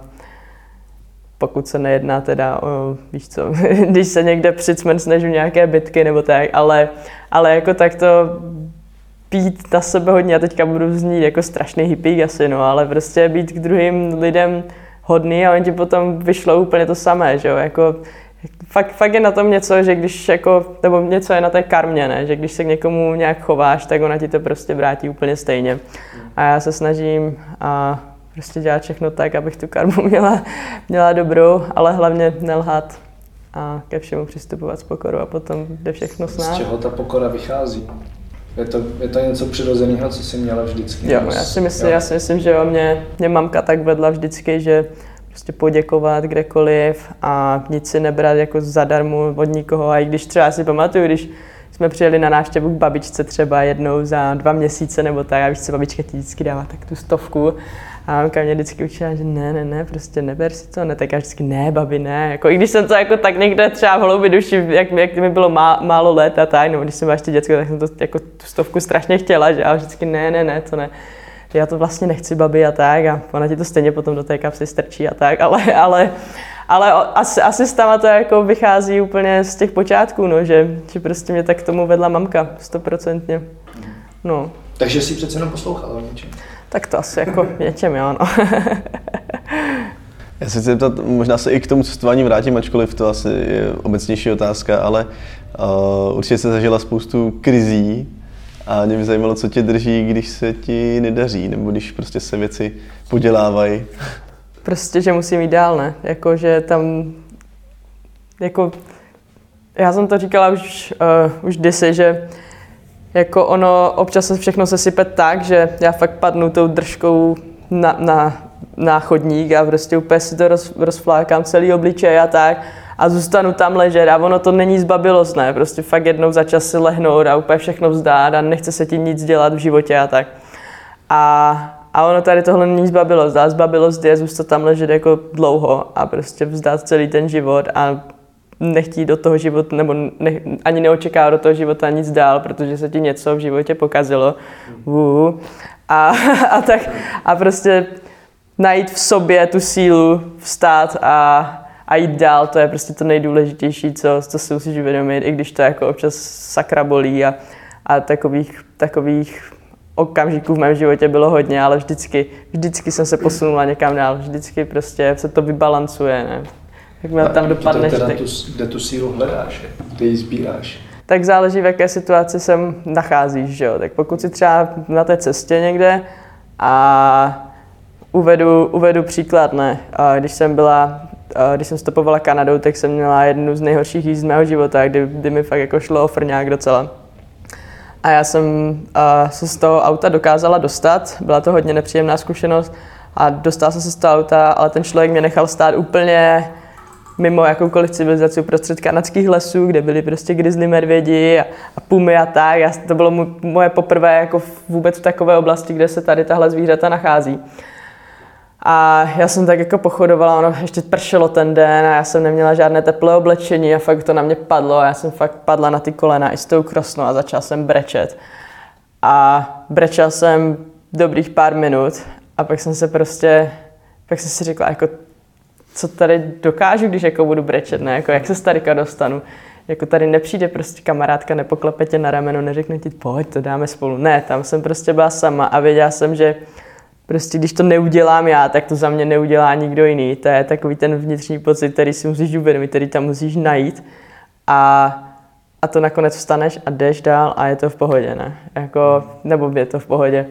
pokud se nejedná teda o, víš co, když se někde přicmrcneš v nějaké bitky nebo tak, ale jako tak to být na sebe hodně, já teďka budu znít jako strašný hippík asi, no, ale prostě být k druhým lidem hodný a oni ti potom vyšlou úplně to samé, že jo, jako fakt je na tom něco, že když jako, nebo něco je na té karmě, ne? Že když se k někomu nějak chováš, tak ona ti to prostě vrátí úplně stejně. A já se snažím a prostě dělat všechno tak, abych tu karmu měla dobrou, ale hlavně nelhat a ke všemu přistupovat s pokorou a potom jde všechno snad.
Z čeho ta pokora vychází? Je to něco přirozeného, co jsi měla vždycky?
Jo, já si myslím, že mě mamka tak vedla vždycky, že prostě poděkovat kdekoliv a nic si nebrat jako zadarmo od nikoho. A i když třeba si pamatuju, když jsme přijeli na návštěvu k babičce třeba jednou za 2 měsíce nebo tak, a víš co, babička ti vždycky dává tak tu 100 a mamka mě vždycky učila, že ne, prostě neber si to, ne, tak já vždycky ne, babi, ne. Jako, i když jsem to jako tak někde třeba v hloubi duši, jak mi bylo málo let a tak, nebo když jsem byla ještě děcko, tak jsem to jako tu 100 strašně chtěla, že a vždycky ne, to ne. Já to vlastně nechci, babi, a tak, a ona ti to stejně potom do té kapsy strčí a tak, ale asi s táma to jako vychází úplně z těch počátků, no, že prostě mě tak k tomu vedla mamka, 100%. No.
Takže jsi přece jenom poslouchala o něčem?
Tak to asi jako něčem, jo, no.
Já se chci zeptat, možná se i k tomu cestování vrátím, ačkoliv to asi je obecnější otázka, ale určitě jsi zažila spoustu krizí a mě by zajímalo, co tě drží, když se ti nedaří, nebo když prostě se věci podělávají.
Prostě, že musím jít dál, ne? Jako, že tam, jako, já jsem to říkala už kdysi, že jako ono občas se všechno sesype tak, že já fakt padnu tou držkou na chodník a prostě úplně si to rozflákám celý obličej a tak a zůstanu tam ležet a ono to není zbabilost, ne, prostě fakt jednou za čas si lehnout a úplně všechno vzdát a nechce se ti nic dělat v životě a tak. A ono tady tohle není zbabilost, a zbabilost je zůstat tam ležet jako dlouho a prostě vzdát celý ten život a nechtít do toho života, nebo ani neočekávat do toho života nic dál, protože se ti něco v životě pokazilo. A prostě najít v sobě tu sílu, vstát a jít dál, to je prostě to nejdůležitější, co si musíš uvědomit, i když to jako občas sakra bolí a takových okamžiků v mém životě bylo hodně, ale vždycky jsem se posunula někam dál, vždycky prostě se to vybalancuje, ne? Jak tam dopadneš,
kde tu sílu hledáš, kde ji sbíráš?
tak záleží, v jaké situaci se nacházíš, že jo. Tak pokud si třeba na té cestě někde a uvedu příklad, ne. Když jsem stopovala Kanadou, tak jsem měla jednu z nejhorších jízd mého života, kdy mi fakt jako šlo o frňák docela. A já jsem se z toho auta dokázala dostat, byla to hodně nepříjemná zkušenost a dostala jsem se z toho auta, ale ten člověk mě nechal stát úplně mimo jakoukoliv civilizaci uprostřed kanadských lesů, kde byli prostě grizzly medvědi a pumy a tak. To bylo moje poprvé jako vůbec v takové oblasti, kde se tady tahle zvířata nachází. A já jsem tak jako pochodovala, ono ještě pršelo ten den a já jsem neměla žádné teplé oblečení a fakt to na mě padlo a já jsem fakt padla na ty kolena i s tou krosnou a začala jsem brečet. A brečel jsem dobrých pár minut a pak jsem si řekla, jako, co tady dokážu, když jako budu brečet, ne? Jako, jak se z tadyka dostanu. Jako tady nepřijde prostě kamarádka, nepoklepe tě na rameno, neřekne ti, pojď, to dáme spolu. Ne, tam jsem prostě byla sama a věděla jsem, že prostě když to neudělám já, tak to za mě neudělá nikdo jiný. To je takový ten vnitřní pocit, který si musíš uvědomit, který tam musíš najít. A to nakonec vstaneš a jdeš dál a je to v pohodě, ne? Jako, nebo je to v pohodě.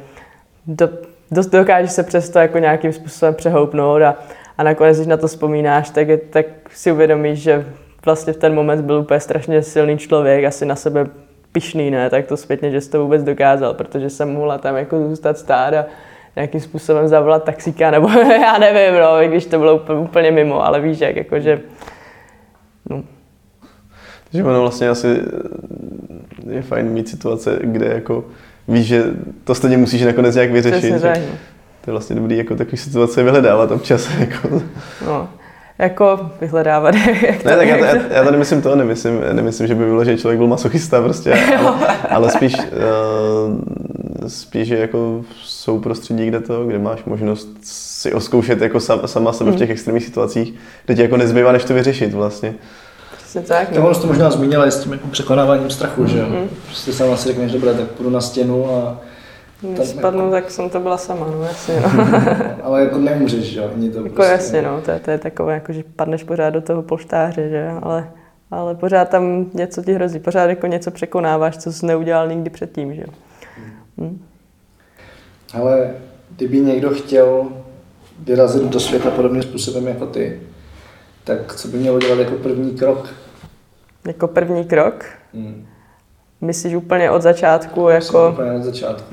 Dokážeš se přesto jako nějakým způsobem přehoupnout a nakonec, když na to vzpomínáš, tak si uvědomíš, že vlastně v ten moment byl úplně strašně silný člověk, asi na sebe pyšný, ne? Tak to zpětně, že jsi to vůbec dokázal, protože jsem mohla tam jako zůstat stát a nějakým způsobem zavolat taxíka, nebo já nevím, no, i když to bylo úplně mimo, ale víš jak, jakože, no.
Takže ono vlastně asi je fajn mít situace, kde jako víš, že to stejně musíš nakonec nějak vyřešit. To je vlastně dobrý jako takový situace vyhledávat občas. Jako.
No, jako vyhledávat.
Ne, tak já tady myslím to, nemyslím, že by bylo, že člověk byl masochista prostě, ale spíš, že jako jsou prostředí, kde máš možnost si odzkoušet jako sama sebe v těch extrémních situacích, kde ti jako nezbývá, než to vyřešit vlastně.
Přesně tak.
Tohle jsi to možná zmínila i s tím jako překonáváním strachu, že jo? Prostě sama si řekneš, dobré, tak půjdu na stěnu a...
Když spadnu, jako... tak jsem to byla sama, no jasně, no.
Ale jako nemůžeš, že jo? To
jako
prostě...
jasně, no, to je takové, jako, že padneš pořád do toho polštáře, že jo? Ale pořád tam něco ti hrozí, pořád jako něco překonáváš, co jsi neudělal nikdy předtím, že jo?
Ale kdyby někdo chtěl vyrazit do světa podobným způsobem jako ty, tak co by mělo dělat jako první krok?
Jako první krok? Myslíš úplně od začátku? Jako...
Úplně od začátku.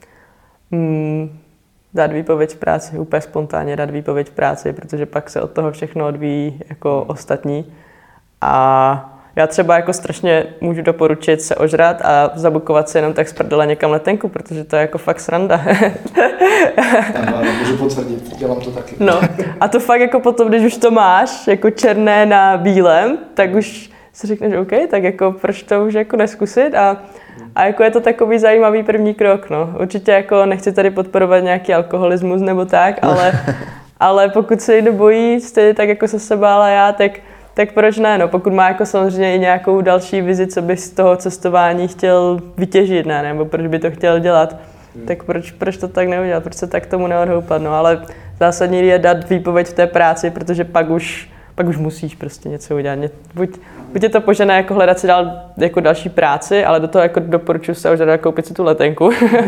Dát výpověď v práci, úplně spontánně dát výpověď v práci, protože pak se od toho všechno odvíjí jako ostatní. A já třeba jako strašně můžu doporučit se ožrat a zabukovat si jenom tak z prdele někam letenku, protože to je jako fakt sranda.
Ano, můžu potvrdit, dělám to taky.
No a to fakt jako potom, když už to máš jako černé na bílém, tak už si řekneš, OK, tak jako proč to už jako neskusit a jako je to takový zajímavý první krok, no. Určitě jako nechci tady podporovat nějaký alkoholismus nebo tak, ale pokud se někdo bojí, stejně tak jako se bála já, tak proč ne, no. Pokud má jako samozřejmě i nějakou další vizi, co by z toho cestování chtěl vytěžit, ne, nebo proč by to chtěl dělat, tak proč to tak neudělat, proč se tak tomu neodhoupat, no, ale zásadní je dát výpověď v té práci, protože pak už musíš prostě něco udělat. Buď je to požené jako hledat si dál jako další práci, ale do toho jako doporučuji se už koupit si tu letenku.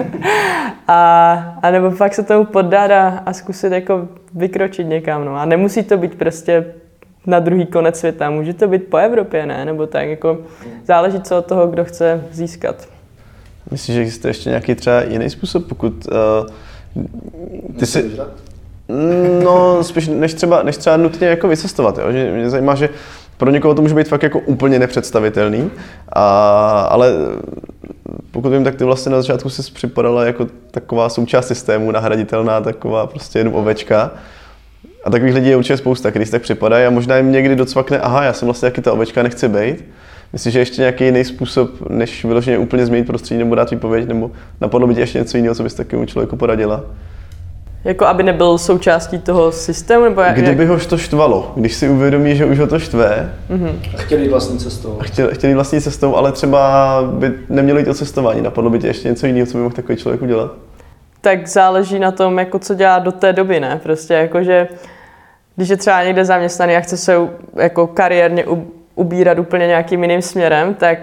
a nebo fakt se tomu poddat a zkusit jako vykročit někam. No. A nemusí to být prostě na druhý konec světa, může to být po Evropě, ne? Nebo tak jako záleží co od toho, kdo chce získat.
Myslíš, že existuje ještě nějaký třeba jiný způsob, pokud ty si... No, spíš než třeba nutně jako vycestovat, jo? Že mě zajímá, že pro někoho to může být fakt jako úplně nepředstavitelný, ale pokud vím, tak ty vlastně na začátku jsi připadala jako taková součást systému, nahraditelná, taková prostě jenom ovečka. A takových lidí je určitě spousta, kteří si tak připadají a možná jim někdy docvakne, aha, já jsem vlastně taky ta ovečka, nechci bejt. Myslíš, že ještě nějaký jiný způsob, než vyloženě úplně změnit prostředí nebo dát výpověď, nebo napadlo by ti ještě něco jiného, co bys takovému člověku poradila?
Jako aby nebyl součástí toho systému? Nebo
Kdyby ho to štvalo, když si uvědomí, že už ho to štve.
A chtěli vlastní cestou.
Chtěli vlastní cestou, ale třeba by nemělo jít o cestování. Napadlo by ti ještě něco jiného, co by mohl takový člověk udělat?
Tak záleží na tom, jako co dělá do té doby, ne? Prostě jakože, když je třeba někde zaměstnaný a chce se jako kariérně ubírat úplně nějakým jiným směrem, tak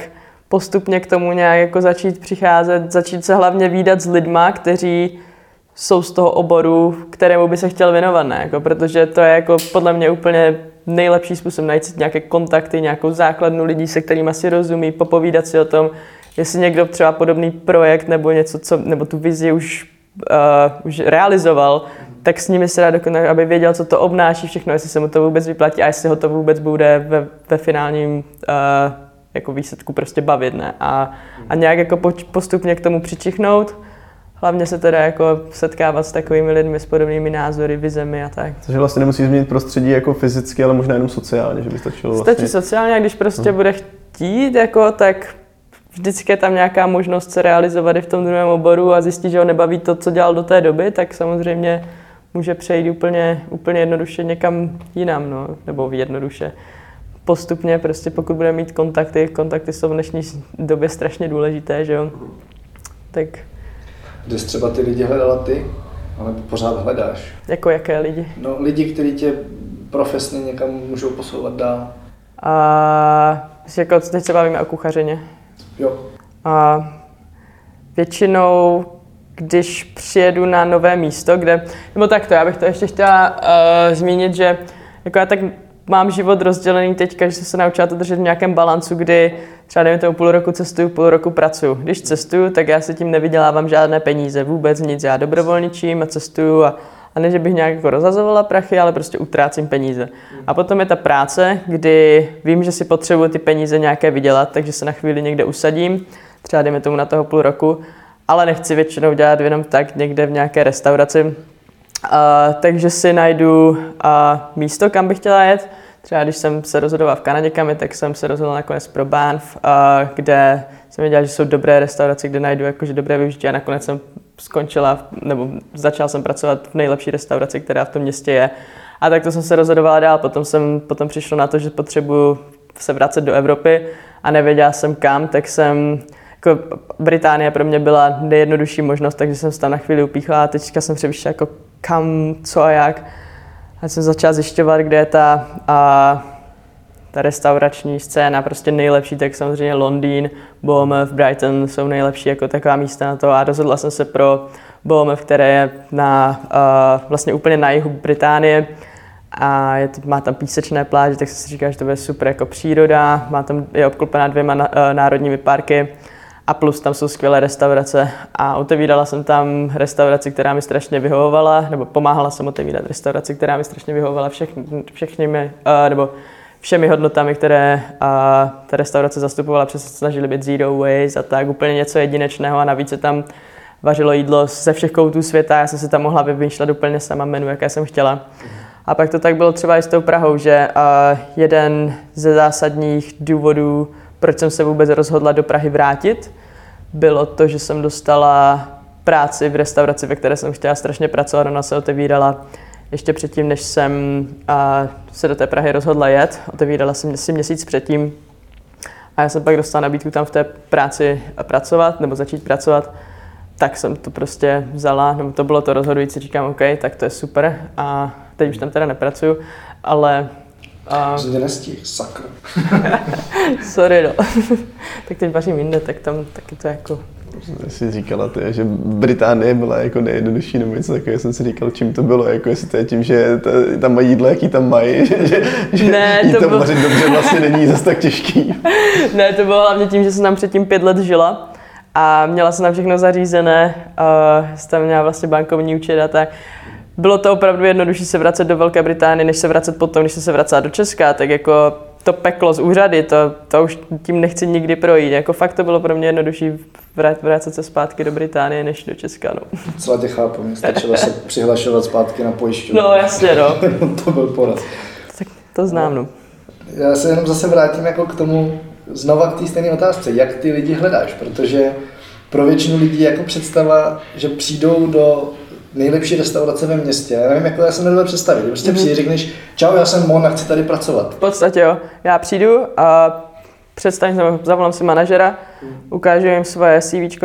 postupně k tomu nějak jako začít přicházet, začít se hlavně vídat s lidma, kteří jsou z toho oboru, kterému by se chtěl věnovat, ne? Jako, protože to je jako podle mě úplně nejlepší způsob najít si nějaké kontakty, nějakou základnu lidí, se kterými si rozumí, popovídat si o tom, jestli někdo třeba podobný projekt nebo něco, nebo tu vizi už realizoval, tak s nimi se dá dokonat, aby věděl, co to obnáší všechno, jestli se mu to vůbec vyplatí a jestli ho to vůbec bude ve finálním jako výsledku prostě bavit, ne? A nějak jako postupně k tomu přičichnout. Hlavně se teda jako setkávat s takovými lidmi s podobnými názory, vizemi a tak.
Takže vlastně nemusí změnit prostředí jako fyzicky, ale možná jenom sociálně, že by stačilo vlastně...
Stačí sociálně, a když prostě bude chtít, jako, tak vždycky je tam nějaká možnost se realizovat i v tom druhém oboru a zjistit, že ho nebaví to, co dělal do té doby, tak samozřejmě může přejít úplně jednoduše někam jinam, no, nebo jednoduše. Postupně prostě pokud bude mít kontakty jsou v dnešní době strašně důležité, že jo, tak...
Kde jsi třeba ty lidi hledala ty, ale pořád hledáš?
Jako jaké lidi?
No lidi, kteří tě profesně někam můžou posouvat dál.
Jako teď se bavíme o kuchařině.
Jo.
Většinou, když přijedu na nové místo, nebo takto, já bych to ještě chtěla zmínit, že jako já tak mám život rozdělený teďka, že jsem se naučila to držet v nějakém balancu, kdy třeba dejme tomu půl roku cestuju, půl roku pracuju. Když cestuju, tak já se tím nevydělávám žádné peníze, vůbec nic, já dobrovolničím a cestuju a ne, že bych nějak jako rozhazovala prachy, ale prostě utrácím peníze. A potom je ta práce, kdy vím, že si potřebuji ty peníze nějaké vydělat, takže se na chvíli někde usadím, třeba dejme tomu na toho půl roku, ale nechci většinou dělat jenom tak někde v nějaké restauraci. Takže si najdu místo, kam bych chtěla jet. Třeba když jsem se rozhodoval v Kanadě kam, tak jsem se rozhodl nakonec pro Banff, kde jsem věděl, že jsou dobré restaurace, kde najdu jakože dobré využití a nakonec jsem začal jsem pracovat v nejlepší restauraci, která v tom městě je. A tak to jsem se rozhodoval dál, potom přišlo na to, že potřebuju se vracet do Evropy a nevěděl jsem kam, tak jako Británie pro mě byla nejjednodušší možnost, takže jsem se tam na chvíli upíchla a teďka jsem přemýšlel jako kam, co a jak. A jsem začal zjišťovat, kde je ta restaurační scéna prostě nejlepší, tak samozřejmě Londýn, Bournemouth, Brighton jsou nejlepší jako taková místa na to a rozhodla jsem se pro Bournemouth, které je vlastně úplně na jihu Británie a má tam písečné pláže, tak jsem si říkal, že to bude super jako příroda, je obklopená 2 národními parky a plus tam jsou skvělé restaurace a otevírala jsem tam restauraci, která mi strašně vyhovovala, nebo pomáhala jsem otevírat restauraci, která mi strašně vyhovovala všemi hodnotami, které ta restaurace zastupovala, protože se snažili být zero waste a tak, úplně něco jedinečného a navíc se tam vařilo jídlo ze všech koutů světa, já jsem si tam mohla vymýšlet úplně sama menu, jaké jsem chtěla. A pak to tak bylo třeba i s tou Prahou, že jeden ze zásadních důvodů, proč jsem se vůbec rozhodla do Prahy vrátit, bylo to, že jsem dostala práci v restauraci, ve které jsem chtěla strašně pracovat, ona se otevírala ještě předtím, než jsem se do té Prahy rozhodla jet. Otevírala jsem asi měsíc předtím a já jsem pak dostala nabídku tam v té práci pracovat, nebo začít pracovat. Tak jsem to prostě vzala, nebo to bylo to rozhodující, říkám OK, tak to je super a teď už tam teda nepracuju, ale...
Že tě nestihl, sakra.
Sorry, no. Tak teď vařím jinde, tak tam taky to jako...
Jsi říkala, že Británie byla jako nejjednodušší nebo něco takového, jsem si říkal, čím to bylo, jako jestli to je tím, že tam mají jídlo, jaký tam mají, že
ne,
jí tam vařit dobře vlastně není zase tak těžký.
Ne, to bylo hlavně tím, že jsem tam předtím 5 let žila a měla jsem tam všechno zařízené, jsem tam měla vlastně bankovní účet a tak. Bylo to opravdu jednodušší se vracet do Velké Británie, než se vracet potom, když se vracela do Česka, tak jako to peklo z úřady, to už tím nechci nikdy projít. Jako fakt to bylo pro mě jednodušší vrátit se zpátky do Británie, než do Česka, no.
Celá tě chápu, mě stačilo se přihlašovat zpátky na pojišťovnu.
No jasně, no.
To byl poraz.
Tak to znám, no.
Já se jenom zase vrátím jako k tomu, znova k té stejné otázce, jak ty lidi hledáš, protože pro většinu lidí jako představa, že přijdou do nejlepší restaurace ve městě. Já nevím, jako já se nedovedu představit. Prostě přijde, řekneš, čau, já jsem Mon a chci tady pracovat.
V podstatě jo. Já přijdu a zavolám si manažera, ukážu jim svoje CVčko,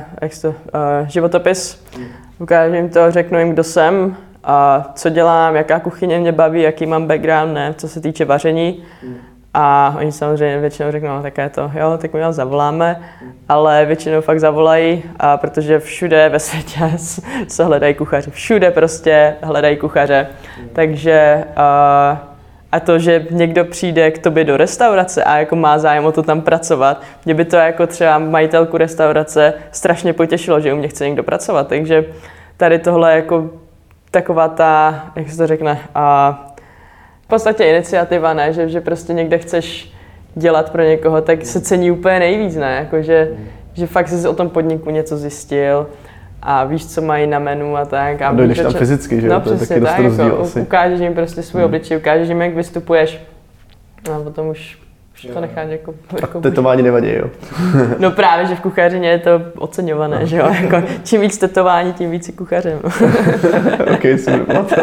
životopis, ukážu jim to, řeknu jim, kdo jsem, a co dělám, jaká kuchyně mě baví, jaký mám background, ne, co se týče vaření. A oni samozřejmě většinou řeknou, no, tak je to, jo, tak my vás zavoláme, ale většinou fakt zavolají, protože všude ve světě se hledají kuchaři, všude prostě hledají kuchaře. Takže a to, že někdo přijde k tobě do restaurace a jako má zájem o to tam pracovat, mě by to jako třeba majitelku restaurace strašně potěšilo, že u mě chce někdo pracovat, takže tady tohle je jako taková ta, jak se to řekne, v podstatě iniciativa, ne? Že prostě někde chceš dělat pro někoho, tak se cení úplně nejvíc, ne? Jako, že fakt jsi o tom podniku něco zjistil a víš, co mají na menu a tak. A
dojdeš tam fyzicky, že?
No
to je
přesně
taky
tak,
dost
jako,
asi.
ukážeš jim prostě svůj obličej, ukážeš jim, jak vystupuješ a potom už to necháš jako
tetování nevadí, jo?
No právě, že v kuchařině je to oceňované, že jo? Jako, čím víc tetování, tím víc kuchařem.
OK, super,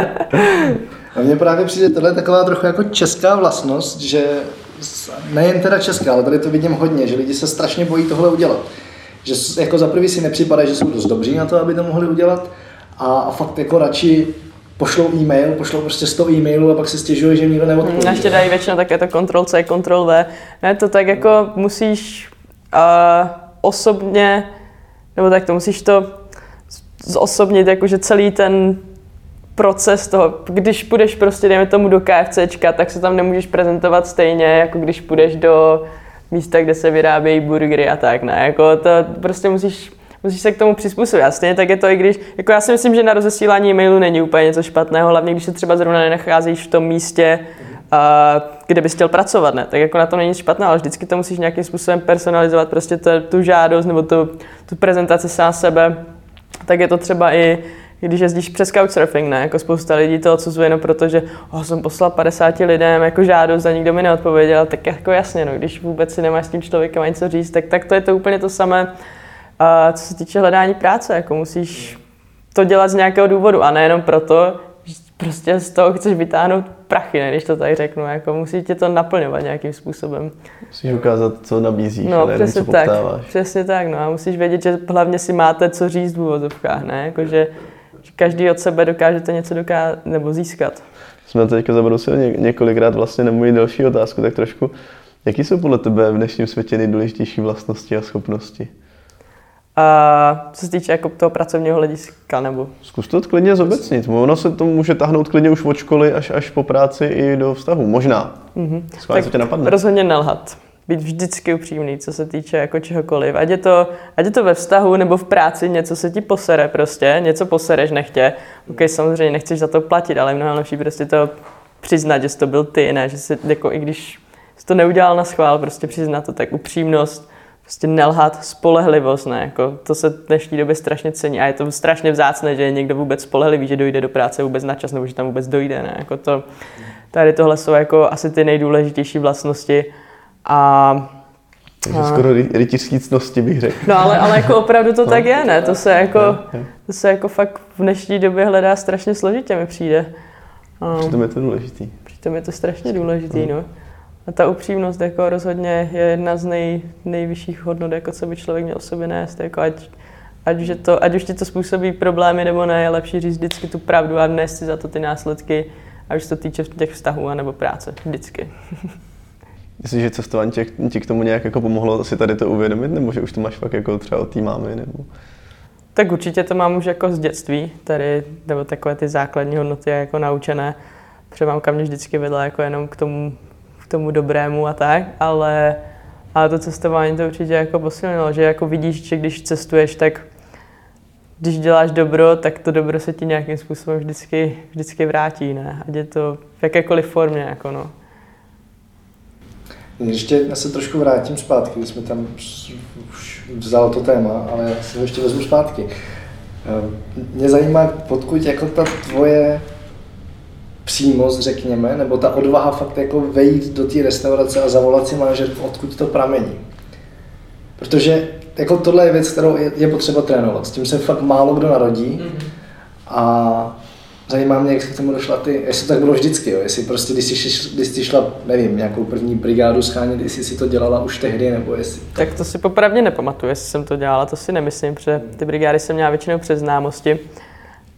A mně právě přijde, tohle je taková trochu jako česká vlastnost, že nejen teda česká, ale tady to vidím hodně, že lidi se strašně bojí tohle udělat. Že jako za prvý si nepřipadají, že jsou dost dobří na to, aby to mohli udělat a fakt jako radši pošlou e-mail, pošlou prostě 100 e-mailů a pak se stěžují, že nikdo neodpoví.
Ještě dají většinou také to Ctrl-C, Ctrl-V. Ne, to tak jako musíš osobně, nebo tak to musíš to zosobnit, jakože celý ten proces toho, když půjdeš prostě, dejme tomu do KFCčka, tak se tam nemůžeš prezentovat stejně, jako když půjdeš do místa, kde se vyrábějí burgery a tak, ne, jako to prostě musíš se k tomu přizpůsobit. A stejně tak je to i když, jako já si myslím, že na rozesílání e-mailu není úplně něco špatného, hlavně když se třeba zrovna nenacházíš v tom místě, kde bys chtěl pracovat, ne, tak jako na to není nic špatného, ale vždycky to musíš nějakým způsobem personalizovat, prostě tu žádost nebo tu prezentaci sám sebe, tak je to třeba i když jezdíš přes Couchsurfing, ne? Jako spousta lidí to odsuzuje jenom proto, že jsem poslal 50 lidem jako žádost a nikdo mi neodpověděl, tak jako jasně, no, když vůbec si nemáš s tím člověkem ani co říct, tak to je to úplně to samé, co se týče hledání práce, jako musíš to dělat z nějakého důvodu a nejenom proto, že prostě z toho chceš vytáhnout prachy, ne? Když to tak řeknu, jako musí tě to naplňovat nějakým způsobem.
Musíš ukázat, co nabízíš,
no,
ale jenom co poptáváš.
Přesně tak, no a musíš vědět, že hlavně si máte co říct v úvozovkách, ne? Jako, že každý od sebe dokáže to něco nebo získat.
Jsme teďka zabrousili několikrát vlastně na moji další otázku, tak trošku, jaký jsou podle tebe v dnešním světě nejdůležitější vlastnosti a schopnosti?
Co se týče jako toho pracovního hlediska, nebo?
Zkus to klidně zobecnit. Ono se to může tahnout klidně už od školy až po práci i do vztahu. Možná.
Tak
co tě napadne?
Rozhodně nelhat. Být vždycky upřímný, co se týče jako čehokoliv. Ať je to ve vztahu nebo v práci, něco se ti posere prostě, něco posereš nechtě. OK, samozřejmě nechceš za to platit, ale je mnohem lepší prostě to přiznat, že jsi to byl ty, ne, že si jako i když jsi to neudělal na schvál, prostě přiznat to, tak upřímnost, prostě nelhat, spolehlivost, ne, jako to se v dnešní době strašně cení a je to strašně vzácné, že je někdo vůbec spolehlivý, že dojde do práce vůbec na čas nebo že tam vůbec dojde, ne, jako to, tady tohle jsou jako asi ty nejdůležitější vlastnosti.
Takže skoro rytířský ctnosti bych řekl.
No ale jako opravdu to tak je, ne? To se jako fakt v dnešní době hledá strašně složitě, mi přijde.
Přitom je to důležitý.
Přitom je to strašně důležitý, no. A ta upřímnost jako rozhodně je jedna z nejvyšších hodnot, jako co by člověk měl v sobě nést. Jako ať už ti to způsobí problémy nebo ne, je lepší říct vždycky tu pravdu a nést si za to ty následky, ať už to týče těch vztahů anebo práce. Vždycky.
Myslíš, že cestování ti k tomu nějak jako pomohlo si tady to uvědomit, nebo že už to máš fakt jako třeba od té mámy? Nebo?
Tak určitě to mám už jako z dětství, tady, nebo takové ty základní hodnoty jako naučené. Třeba mamka mě vždycky vedla jako jenom k tomu dobrému a tak, ale to cestování to určitě jako posilnilo, že jako vidíš, že když cestuješ, tak když děláš dobro, tak to dobro se ti nějakým způsobem vždycky vrátí, ne? Ať je to v jakékoliv formě, jako no.
Ještě já se trošku vrátím zpátky, když jsme tam už vzal to téma, ale já si ho ještě vezmu zpátky. Mě zajímá, odkud jako ta tvoje přímost, řekněme, nebo ta odvaha fakt jako vejít do té restaurace a zavolat si manažerku, odkud to pramení. Protože jako tohle je věc, kterou je potřeba trénovat. S tím se fakt málo kdo narodí a zajímá mě, jak se k tomu došla ty, jestli to tak bylo vždycky, jo? Jestli prostě, když jsi šla, nevím, nějakou první brigádu schánět, jestli si to dělala už tehdy, nebo jestli...
Tak to si popravdě nepamatuju, jestli jsem to dělala, to si nemyslím, protože ty brigády jsem měla většinou přes známosti.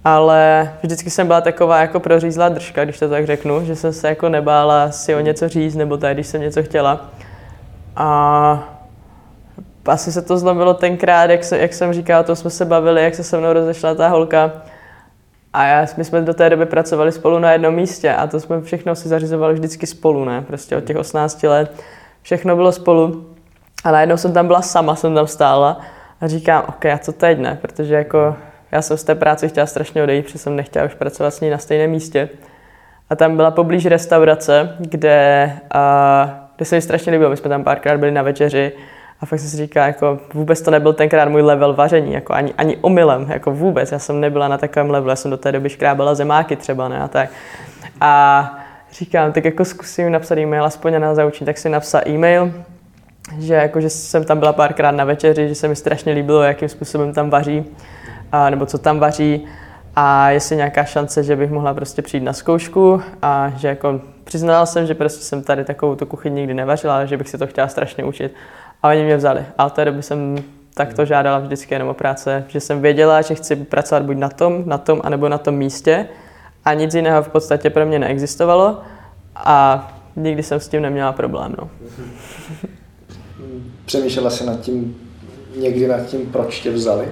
ale vždycky jsem byla taková jako prořízlá držka, když to tak řeknu, že jsem se jako nebála si o něco říct, nebo tak, když jsem něco chtěla. A asi se to zlomilo tenkrát, jak jsem říkal, o tom jsme se bavili, jak se mnou rozešla ta holka. A my jsme do té doby pracovali spolu na jednom místě a to jsme všechno si zařizovali vždycky spolu, ne? Prostě od těch 18 let. Všechno bylo spolu. A najednou jsem tam byla sama, jsem tam stála a říkám, OK, a co teď ne? Protože jako já jsem z té práce chtěla strašně odejít, protože jsem nechtěla už pracovat s ní na stejném místě. A tam byla poblíž restaurace, kde se mi strašně líbilo. My jsme tam párkrát byli na večeři a fakt jsem si říkala, jako vůbec to nebyl tenkrát můj level vaření, jako ani omylem, jako vůbec. Já jsem nebyla na takovém levelu, já jsem do té doby škrábala zemáky třeba, ne, a tak. A říkám, tak jako zkusím napsat e-mail, aspoň na zaučím, tak si napsal e-mail, že jsem tam byla párkrát na večeři, že se mi strašně líbilo, jakým způsobem tam vaří, nebo co tam vaří a jestli nějaká šance, že bych mohla prostě přijít na zkoušku a že jako přiznala jsem, že prostě jsem tady takovou tu kuchyni nikdy nevařila, ale že bych si to chtěla strašně učit. A oni mě vzali. A od té doby jsem takto žádala vždycky jenom o práce, že jsem věděla, že chci pracovat buď na tom, anebo na tom místě a nic jiného v podstatě pro mě neexistovalo a nikdy jsem s tím neměla problém. No.
Přemýšlela jsi někdy nad tím, proč tě vzali?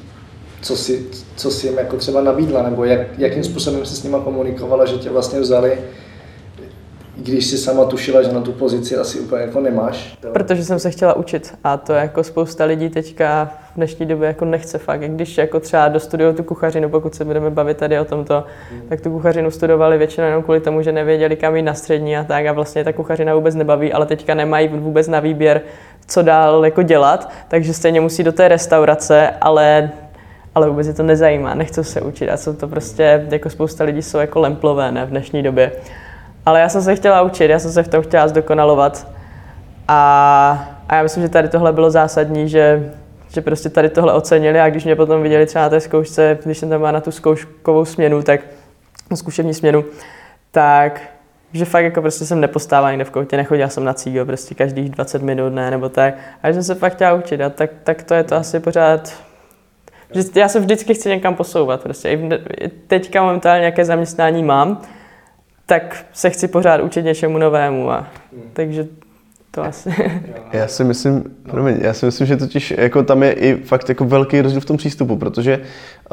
Co jsi jim jako třeba nabídla, nebo jakým způsobem jsi s nima komunikovala, že tě vlastně vzali, když jsi sama tušila, že na tu pozici asi úplně jako nemáš?
Protože jsem se chtěla učit a to jako spousta lidí teďka v dnešní době jako nechce fakt. Když jako třeba dostudují tu kuchařinu, pokud se budeme bavit tady o tomto, tak tu kuchařinu studovali většinou jenom kvůli tomu, že nevěděli, kam jít na střední a tak a vlastně ta kuchařina vůbec nebaví, ale teďka nemají vůbec na výběr, co dál jako dělat, takže stejně musí do té restaurace, ale vůbec je to nezajímá, nechcou se učit a jsou to prostě, jako spousta lidí jsou jako lemplové, ne, v dnešní době. Ale já jsem se chtěla učit, já jsem se v tom chtěla zdokonalovat a já myslím, že tady tohle bylo zásadní, že prostě tady tohle ocenili a když mě potom viděli třeba na té zkoušce, když jsem tam byla na tu zkouškovou směnu, tak na zkušební směnu, tak že fakt jako prostě jsem nepostávala někde v koutě, nechodila jsem na cígo prostě každých 20 minut, ne, nebo tak. A že jsem se fakt chtěla učit a tak to je to asi pořád. Že já se vždycky chci někam posouvat prostě. I teďka momentálně nějaké zaměstnání mám, tak se chci pořád učit něčemu novému takže to asi.
Já si myslím, že totiž jako tam je i fakt jako velký rozdíl v tom přístupu, protože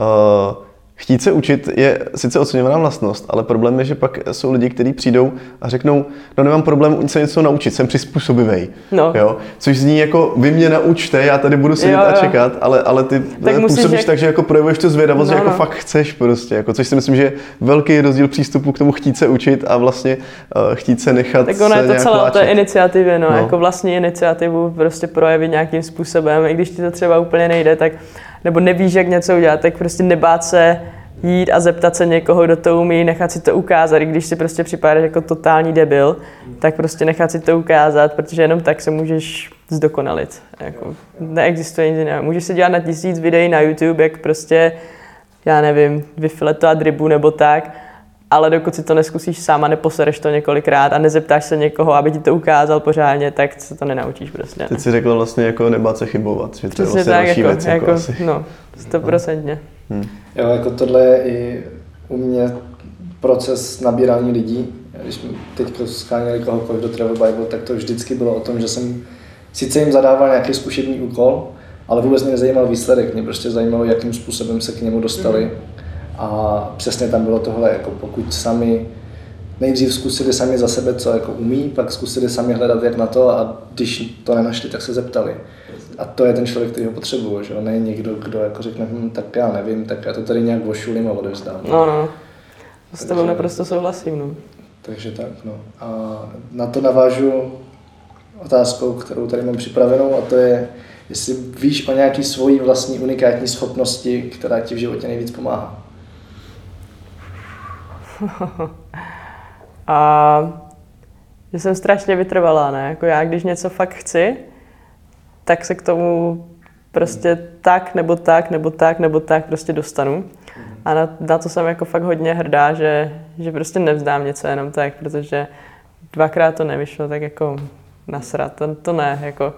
chtít se učit je sice oceňovaná vlastnost, ale problém je, že pak jsou lidi, kteří přijdou a řeknou, no nemám problém se něco naučit, jsem přizpůsobivej. No. Jo? Což zní jako, vy mě naučte, já tady budu sedět a čekat, ale ty působíš tak, že jako projevuješ tu zvědavost, že jako fakt chceš prostě, jako, což si myslím, že je velký rozdíl přístupu k tomu chtít se učit a vlastně chtít se nechat
tak ono je to celé o té iniciativě, jako vlastní iniciativu prostě projevit nějakým způsobem, i když ti to třeba úplně nejde, tak nebo nevíš, jak něco udělat, tak prostě nebát se jít a zeptat se někoho, kdo to umí, nechat si to ukázat. I když si prostě připadáš jako totální debil, tak prostě nechat si to ukázat, protože jenom tak se můžeš zdokonalit. Jako, neexistuje nic jiného. Můžeš se dělat na 1000 videí na YouTube, jak prostě, já nevím, vyfiletovat rybu nebo tak, ale dokud si to neskusíš sám a neposereš to několikrát a nezeptáš se někoho, aby ti to ukázal pořádně, tak se to nenaučíš prostě.
Teď si řekla vlastně jako nebát se chybovat, že to je vlastně další věc.
Jako asi. No, 100%.
Jo, jako tohle je i u mě proces nabírání lidí. Když jsme teď sháněli kohokoliv do Travel Bible, tak to vždycky bylo o tom, že jsem sice jim zadával nějaký zkušební úkol, ale vůbec mě nezajímal výsledek. Mě prostě zajímalo, jakým způsobem se k němu dostali. A přesně tam bylo tohle, jako pokud sami nejdřív zkusili sami za sebe, co jako umí, pak zkusili sami hledat jak na to a když to nenašli, tak se zeptali. A to je ten člověk, který ho potřebuje, že ne někdo, kdo jako řekne, tak já nevím, tak já to tady nějak vošulím a odevzdám.
No. S tebou naprosto souhlasím, no.
Takže tak, no. A na to navážu otázkou, kterou tady mám připravenou, a to je, jestli víš o nějaký svojí vlastní unikátní schopnosti, která ti v životě nejvíc pomáhá.
A že jsem strašně vytrvalá, ne? Jako já, když něco fakt chci, tak se k tomu prostě tak prostě dostanu. A na to jsem jako fakt hodně hrdá, že prostě nevzdám něco jenom tak, protože 2krát to nevyšlo, tak jako nasrat, to ne, jako.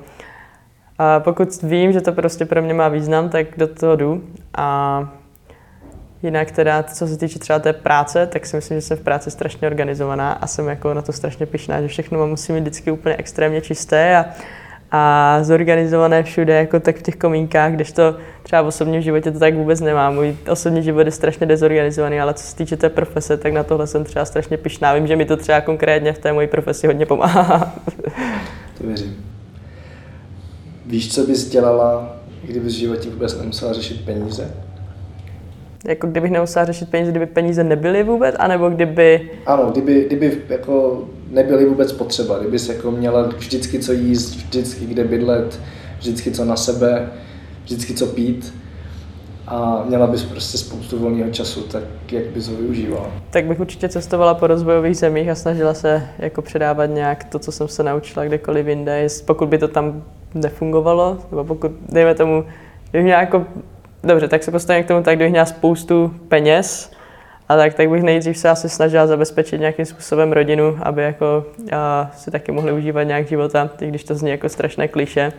A pokud vím, že to prostě pro mě má význam, tak do toho jdu. A Jinak teda, co se týče třeba té práce, tak si myslím, že jsem v práci strašně organizovaná a jsem jako na to strašně pyšná, že všechno musí mít vždycky úplně extrémně čisté a zorganizované všude, jako tak v těch komínkách, kdežto třeba v osobním životě to tak vůbec nemám. Můj osobní život je strašně dezorganizovaný, ale co se týče té profese, tak na tohle jsem třeba strašně pyšná. Vím, že mi to třeba konkrétně v té mojí profesi hodně pomáhá.
To věřím. Víš, co bys dělala, kdybys v životě vůbec nemusela řešit peníze?
Jako kdybych nemusela řešit peníze, kdyby peníze nebyly vůbec, anebo kdyby...
Ano, kdyby jako nebyly vůbec potřeba, kdybys jako měla vždycky co jíst, vždycky kde bydlet, vždycky co na sebe, vždycky co pít a měla bys prostě spoustu volného času, tak jak bys ho využívala?
Tak bych určitě cestovala po rozvojových zemích a snažila se jako předávat nějak to, co jsem se naučila kdekoliv jinde, pokud by to tam nefungovalo, nebo pokud, dejme tomu, kdybych měla jako, dobře, tak se postavím k tomu tak, kdybych měla spoustu peněz, a tak bych nejdřív se asi snažila zabezpečit nějakým způsobem rodinu, aby jako si taky mohli užívat nějak života, i když to zní jako strašné klišé.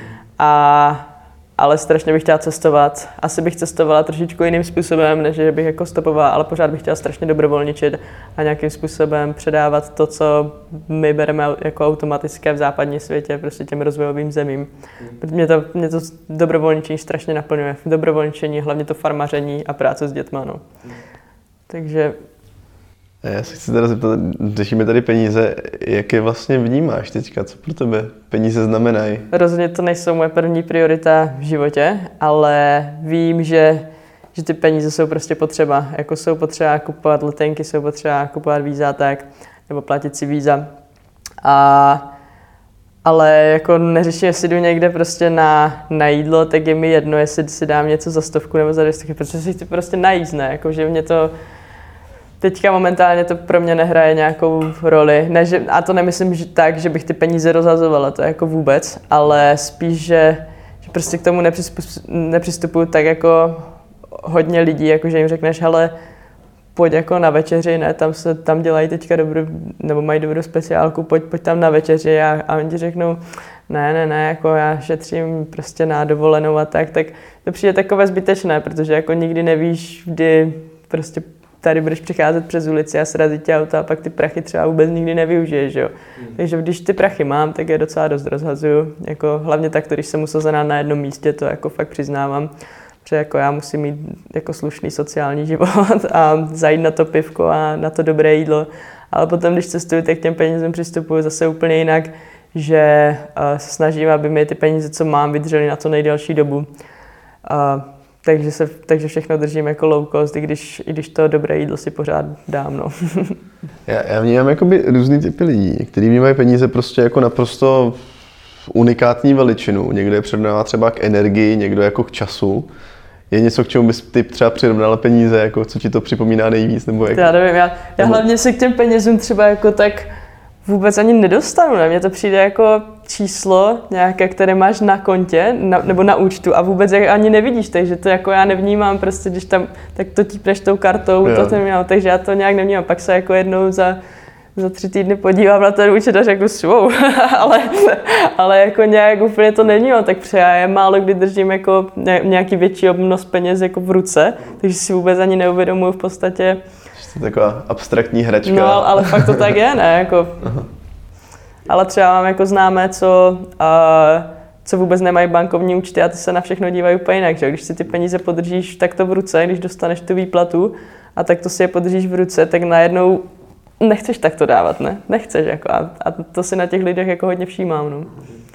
Ale strašně bych chtěla cestovat. Asi bych cestovala trošičku jiným způsobem, než že bych jako stopovala, ale pořád bych chtěla strašně dobrovolničit a nějakým způsobem předávat to, co my bereme jako automatické v západním světě, prostě těm rozvojovým zemím. Mě to dobrovolničení strašně naplňuje. Dobrovolničení, hlavně to farmaření a práce s dětma. No. Takže...
Já se chci teda zeptat, řešíme tady peníze, jak je vlastně vnímáš teďka, co pro tebe peníze znamenají?
Rozhodně to nejsou moje první priorita v životě, ale vím, že ty peníze jsou prostě potřeba. Jako jsou potřeba kupovat letenky, jsou potřeba kupovat víza tak, nebo platit si víza. Ale jako neřeším, jestli jdu někde prostě na jídlo, tak je mi jedno, jestli si dám něco za 100 nebo za 200, protože si chci prostě najíst, ne? Jako, že mě to teďka momentálně to pro mě nehraje nějakou roli. Ne, a to nemyslím že tak, že bych ty peníze rozhazovala, to jako vůbec, ale spíš, že prostě k tomu nepřistupuju tak jako hodně lidí, jako že jim řekneš, hele, pojď jako na večeři, ne, tam dělají teďka nebo mají dobrou speciálku, pojď tam na večeři a oni ti řeknou, ne, jako já šetřím prostě na dovolenou a tak to přijde takové zbytečné, protože jako nikdy nevíš, kdy prostě tady budeš přicházet přes ulici a srazí tě auto a pak ty prachy třeba vůbec nikdy nevyužiješ, jo. Takže když ty prachy mám, tak je docela dost rozhazuju, jako hlavně tak, když jsem usazená na jednom místě, to jako fakt přiznávám, protože jako já musím mít jako slušný sociální život a zajít na to pivko a na to dobré jídlo, ale potom, když cestuju, tak k těm penězům přistupuju zase úplně jinak, že se snažím, aby mi ty peníze, co mám, vydržely na to nejdelší dobu. Takže všechno držím jako low cost, i když to dobré jídlo si pořád dám. No.
Já vnímám jakoby různý typy lidí, kteří vnímají peníze prostě jako naprosto unikátní veličinu. Někdo je přirovnává třeba k energii, někdo jako k času. Je něco, k čemu bys ty třeba přirovnala peníze, jako co ti to připomíná nejvíc? Nebo jak?
Já nevím, já hlavně se k těm penězům třeba jako tak vůbec ani nedostanu. Ne? Mně to přijde jako číslo nějaké, které máš na kontě nebo na účtu a vůbec ani nevidíš, takže to jako já nevnímám prostě, když tam, tak to típneš tou kartou, to nevnímám, takže já to nějak nevnímám. Pak se jako jednou za 3 týdny podívám na ten účet a řeknu si, wow, ale jako nějak úplně to není, tak já málo kdy držím jako nějaký větší obnos peněz jako v ruce, takže si vůbec ani neuvědomuji v podstatě.
To je taková abstraktní hračka.
No, ale fakt to tak je, ne, jako. Ale třeba mám jako známé, co vůbec nemají bankovní účty a ty se na všechno dívají úplně jinak, že? Když si ty peníze podržíš takto v ruce, když dostaneš tu výplatu a tak to si je podržíš v ruce, tak najednou nechceš takto dávat, ne? Nechceš, jako. A to si na těch lidech jako hodně všímám, no.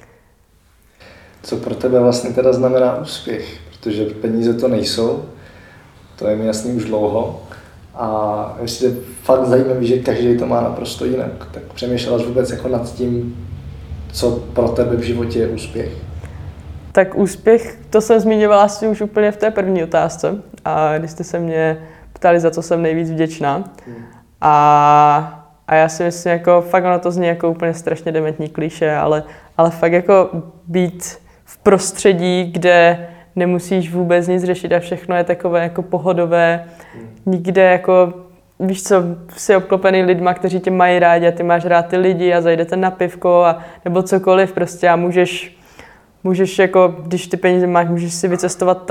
Co pro tebe vlastně teda znamená úspěch? Protože peníze to nejsou, to je mi jasný už dlouho. A myslím, že fakt zajímavé, že každý to má naprosto jinak. Tak přemýšlela vůbec jako nad tím, co pro tebe v životě je úspěch?
Tak úspěch, to jsem zmiňovala asi už úplně v té první otázce. A když jste se mě ptali, za co jsem nejvíc vděčná. A já si myslím, jako fakt ono to zní jako úplně strašně dementní klišé, ale fakt jako být v prostředí, kde nemusíš vůbec nic řešit a všechno je takové jako pohodové. Nikde jako, víš co, jsi obklopený lidma, kteří tě mají rádi a ty máš rád ty lidi a zajdete na pivko a nebo cokoliv prostě a můžeš jako, když ty peníze máš, můžeš si vycestovat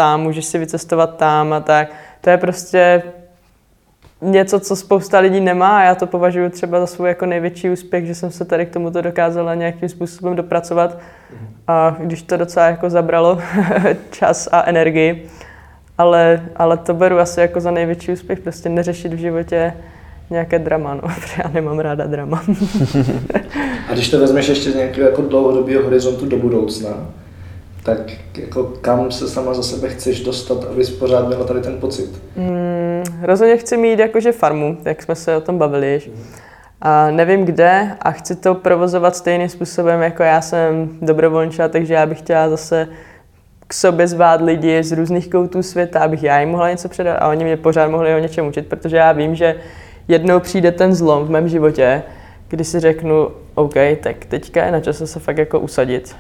tam a tak. To je prostě něco, co spousta lidí nemá a já to považuji třeba za svůj jako největší úspěch, že jsem se tady k tomuto dokázala nějakým způsobem dopracovat a když to docela jako zabralo čas a energii, ale to beru asi jako za největší úspěch, prostě neřešit v životě nějaké drama, no, protože já nemám ráda drama.
A když to vezmeš ještě z nějakého jako dlouhodobého horizontu do budoucna, tak jako kam se sama za sebe chceš dostat, abys pořád měla tady ten pocit?
Rozhodně chci mít jakože farmu, jak jsme se o tom bavili. A nevím kde a chci to provozovat stejným způsobem, jako já jsem dobrovolnička, takže já bych chtěla zase k sobě zvát lidi z různých koutů světa, abych já jim mohla něco předat a oni mě pořád mohli o něčem učit, protože já vím, že jednou přijde ten zlom v mém životě, kdy si řeknu, OK, tak teďka je na čase se fakt jako usadit.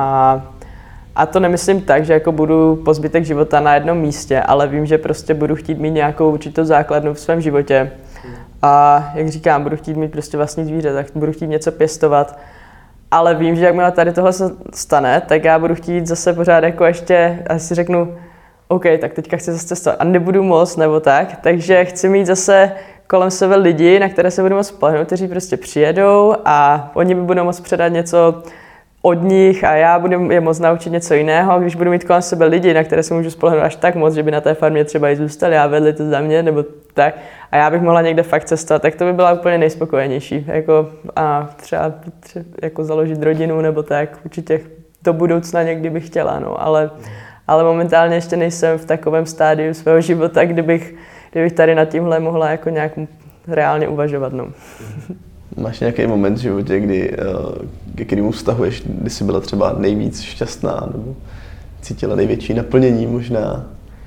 A to nemyslím tak, že jako budu po zbytek života na jednom místě, ale vím, že prostě budu chtít mít nějakou určitou základnu v svém životě. A jak říkám, budu chtít mít prostě vlastní zvíře, tak budu chtít něco pěstovat. Ale vím, že jakmile tady tohle se stane, tak já budu chtít zase pořád jako ještě, a si řeknu, OK, tak teďka chci zase cestovat a nebudu moc nebo tak, takže chci mít zase kolem sebe lidi, na které se budu moct spolehnout, kteří prostě přijedou a oni mi budou moct předat něco od nich a já budu je moct naučit něco jiného. A když budu mít kolem sebe lidi, na které se můžu spolehnout až tak moc, že by na té farmě třeba i zůstali a vedli to za mě nebo tak, a já bych mohla někde fakt cestovat, tak to by byla úplně nejspokojenější. Jako, a třeba jako založit rodinu nebo tak, určitě do budoucna někdy bych chtěla, no, ale momentálně ještě nejsem v takovém stádiu svého života, kdybych tady nad tímhle mohla jako nějak reálně uvažovat. No.
Máš nějaký moment v životě, ke kterému vztahuješ, kdy jsi byla třeba nejvíc šťastná nebo cítila největší naplnění možná?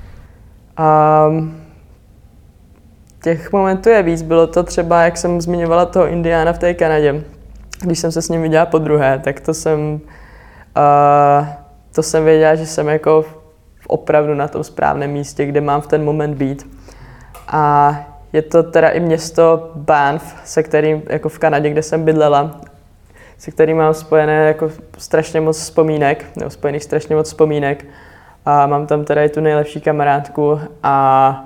Těch momentů je víc. Bylo to třeba, jak jsem zmiňovala toho Indiána v té Kanadě. Když jsem se s ním viděla podruhé, tak to jsem věděla, že jsem jako opravdu na tom správném místě, kde mám v ten moment být. A je to teda i město Banff, se kterým, jako v Kanadě, kde jsem bydlela, se kterým mám spojené jako strašně moc vzpomínek, nebo spojených strašně moc vzpomínek. A mám tam teda i tu nejlepší kamarádku a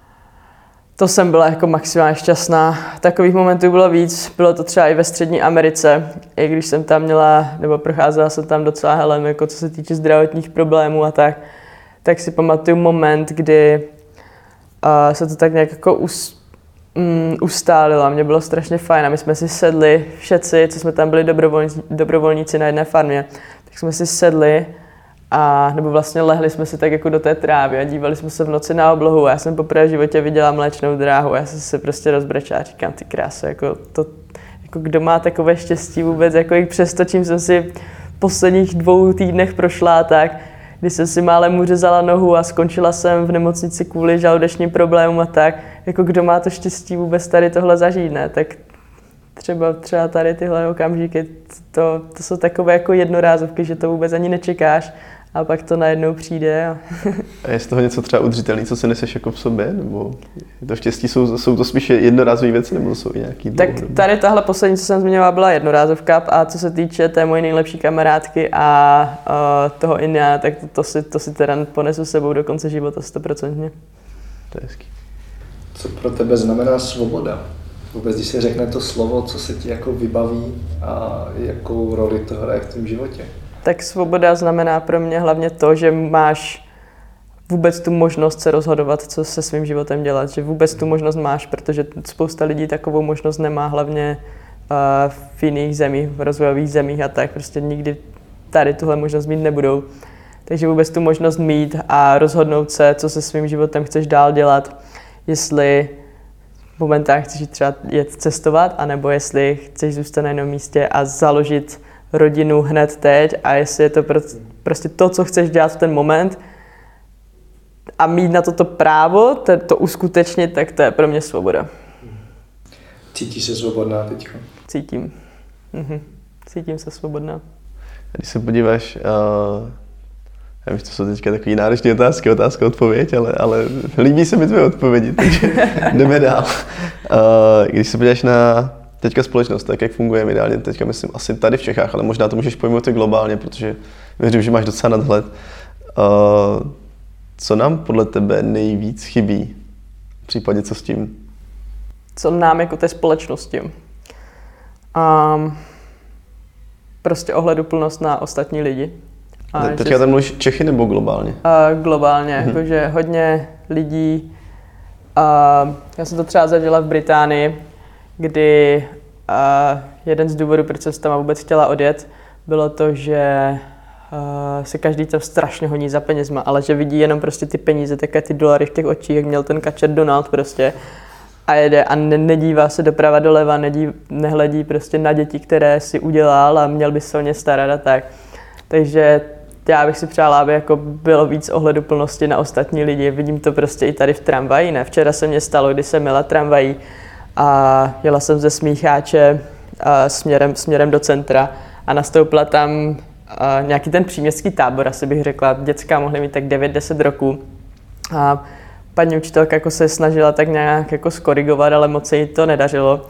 to jsem byla jako maximálně šťastná. Takových momentů bylo víc, bylo to třeba i ve Střední Americe, i když jsem tam měla, nebo procházela jsem tam docela helem, jako co se týče zdravotních problémů a tak si pamatuju moment, kdy se to tak nějak jako ustálilo. Mě bylo strašně fajn a my jsme si sedli, všetci, co jsme tam byli dobrovolníci na jedné farmě, tak jsme si sedli nebo vlastně lehli jsme si tak jako do té trávy a dívali jsme se v noci na oblohu a já jsem poprvé v životě viděla Mléčnou dráhu a já jsem se prostě rozbrečela a říkám, ty kráso, jako kdo má takové štěstí vůbec, jako i přesto, čím jsem si v posledních 2 týdnech prošla, tak když jsem si málem uřezala nohu a skončila jsem v nemocnici kvůli žaludečním problémům a tak, jako kdo má to štěstí vůbec tady tohle zažít, ne? Tak třeba tady tyhle okamžiky, to jsou takové jako jednorázovky, že to vůbec ani nečekáš a pak to najednou přijde.
A je z toho něco třeba udržitelný, co si neseš jako v sobě? Nebo to štěstí jsou to spíše jednorázové věci, nebo jsou i nějaký
Tak tady tahle poslední, co jsem zmiňovala, byla jednorázovka a co se týče té moje nejlepší kamarádky a toho Indiána, tak to si teda ponesu sebou do konce života 100%.
To je hezký.
Co pro tebe znamená svoboda? Vůbec, když se řekne to slovo, co se ti jako vybaví a jakou roli to hraje v tvém životě?
Tak svoboda znamená pro mě hlavně to, že máš vůbec tu možnost se rozhodovat, co se svým životem dělat. Že vůbec tu možnost máš, protože spousta lidí takovou možnost nemá, hlavně v jiných zemích, v rozvojových zemích a tak. Prostě nikdy tady tuhle možnost mít nebudou. Takže vůbec tu možnost mít a rozhodnout se, co se svým životem chceš dál dělat. Jestli v momentách chceš třeba jet cestovat, anebo jestli chceš zůstat na jednom místě a založit rodinu hned teď a jestli je to prostě to, co chceš dělat v ten moment a mít na to právo, to uskutečnit, tak to je pro mě svoboda.
Cítíš se svobodná teďko?
Cítím. Cítím se svobodná.
Když se podíváš, já vím, že to jsou teďka takový náročné otázka, odpověď, ale líbí se mi tvoje odpovědi, takže jdeme dál. Když se podíváš na teďka společnost, tak jak funguje ideálně teďka, myslím, asi tady v Čechách, ale možná to můžeš pojmout i globálně, protože Věřím, že máš docela nadhled. Co nám podle tebe nejvíc chybí? Případně co s tím?
Co nám jako té společnosti? Prostě ohleduplnost na ostatní lidi.
Teďka tam mluvíš Čechy nebo globálně?
Globálně, jakože hodně lidí. Já jsem to třeba zažila v Británii, kdy jeden z důvodů, proč jsem tam vůbec chtěla odjet, bylo to, že se každý tam strašně honí za penězma, ale že vidí jenom prostě ty peníze, také ty dolary v těch očích, jak měl ten kačer Donald prostě a jede a nedívá se doprava doleva, nehledí prostě na děti, které si udělal a měl by se o ně starat a tak. Takže já bych si přála, aby jako bylo víc ohleduplnosti na ostatní lidi. Vidím to prostě i tady v tramvaji, ne? Včera se mně stalo, když jsem jela tramvají a jela jsem ze Smícháče směrem do centra a nastoupila tam nějaký ten příměstský tábor, asi bych řekla. Děcka mohly mít tak 9-10 roků. A paní učitelka jako se snažila tak nějak jako skorigovat, ale moc se jí to nedařilo.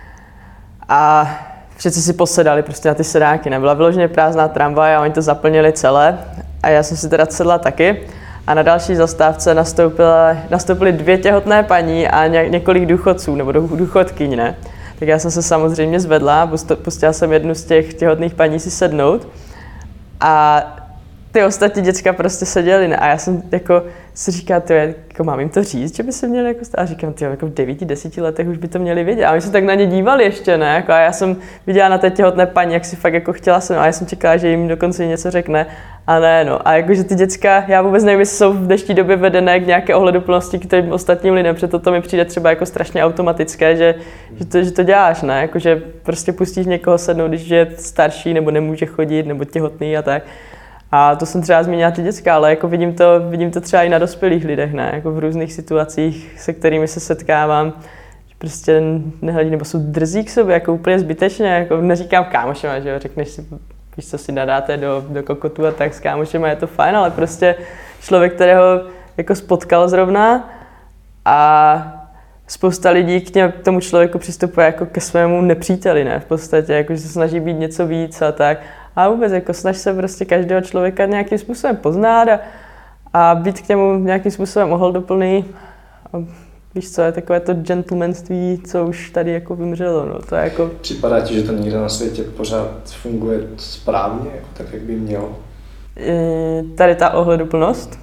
A všichni si posedali prostě na ty sedáky. Nebyla vyloženě prázdná tramvaj a oni to zaplnili celé. A já jsem si teda sedla taky. A na další zastávce nastoupily 2 těhotné paní a několik důchodců, nebo důchodkyň, ne? Tak já jsem se samozřejmě zvedla, pustila jsem jednu z těch těhotných paní si sednout. A ty ostatní děcka prostě seděly, ne? A já jsem jako si říkala, jako mám jim to říct, že by se měli jako stát. A říkám, jako v 9-10 letech už by to měli vědět. A oni se tak na ně dívali ještě, ne? Jako a já jsem viděla na té těhotné paní, jak si fakt jako chtěla jsem. A já jsem čekala, že jim dokonce něco řekne. A ne, no. A jakože ty děcka, já vůbec nevím, jestli jsou v dnešní době vedené k nějaké ohleduplnosti k těm ostatním lidem, protože to mi přijde třeba jako strašně automatické, že to děláš, ne? Jakože prostě pustíš někoho sednout, když je starší nebo nemůže chodit, nebo těhotný a tak. A to jsem třeba zmínila ty děcka, ale jako vidím to třeba i na dospělých lidech, ne? Jako v různých situacích, se kterými se setkávám, že prostě nehledí nebo jsou drzí k sobě, jako úplně zbytečně, jako neříkám kámošema, že jo, řekneš si, víš co si nadáte do kokotu a tak s kámošema je to fajn, ale prostě člověk, kterého jako spotkal zrovna a spousta lidí k tomu člověku přistupuje jako ke svému nepříteli, ne? V podstatě, jako, že se snaží být něco víc a tak. A vůbec jako snaž se prostě každého člověka nějakým způsobem poznat a být k němu nějakým způsobem ohleduplný. A víš co, je takové to gentlemanství, co už tady jako vymřelo, no. To je jako...
Připadá ti, že to někde na světě pořád funguje správně, jako tak, jak by mělo?
Tady ta ohleduplnost?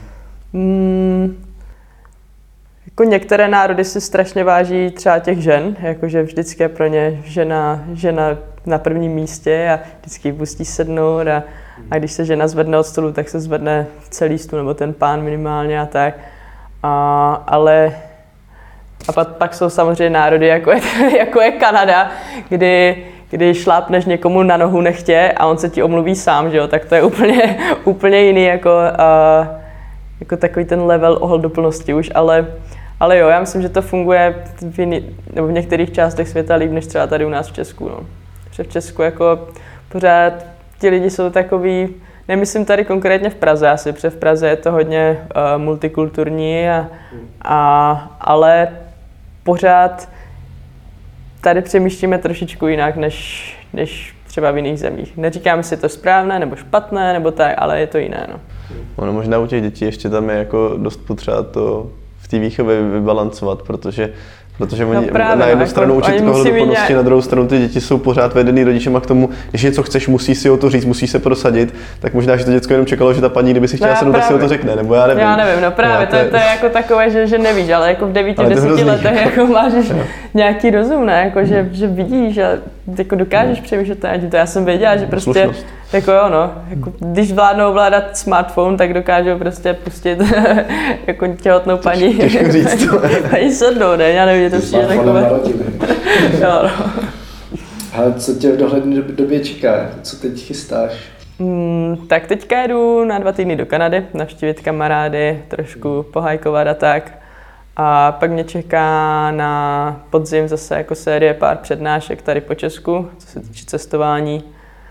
Jako některé národy si strašně váží třeba těch žen, jakože vždycky je pro ně žena na prvním místě a vždycky ji pustí sednout a když se žena zvedne od stolu, tak se zvedne celý stůl, nebo ten pán minimálně a tak. Ale pak jsou samozřejmě národy, jako je Kanada, kdy šlápneš někomu na nohu nechtě a on se ti omluví sám, že jo? Tak to je úplně jiný jako takový ten level ohleduplnosti už, ale jo, já myslím, že to funguje v některých částech světa líp, než třeba tady u nás v Česku. No. Protože v Česku jako pořád ti lidi jsou takový, nemyslím tady konkrétně v Praze asi, protože v Praze je to hodně multikulturní, ale pořád tady přemýšlíme trošičku jinak, než třeba v jiných zemích. Neříkám, jestli je to správné nebo špatné, nebo tak, ale je to jiné. No.
Ono možná u těch dětí ještě tam je jako dost potřeba to v té výchově vybalancovat, protože oni
právě,
na jednu stranu učit ohleduplnosti, na druhou stranu ty děti jsou pořád vedený rodičema k tomu, když něco chceš, musíš si o to říct, musíš se prosadit, tak možná, že to děcko jenom čekalo, že ta paní, kdyby si chtěla sednout, tak si o to řekne, nebo já nevím.
Já nevím, no právě, to je jako takové, že nevíš, ale jako v 9-10 letech jako máš nějaký rozum, ne? Jako, že vidíš a jako dokážeš přemýšlet na to. Já jsem věděla, že prostě jako jo, no, jako, když vládnou ovládat smartphone, tak dokážou prostě pustit jako těhotnou paní.
Těžko říct to.
Paní sednou, ne? Já nevím, to přijde takové. Jo, no.
Ale co tě v dohledné době čeká? Co teď chystáš?
Tak teďka jdu na 2 týdny do Kanady, navštívit kamarády, trošku pohajkovat a tak. A pak mě čeká na podzim zase jako série pár přednášek tady po Česku, co se týče cestování.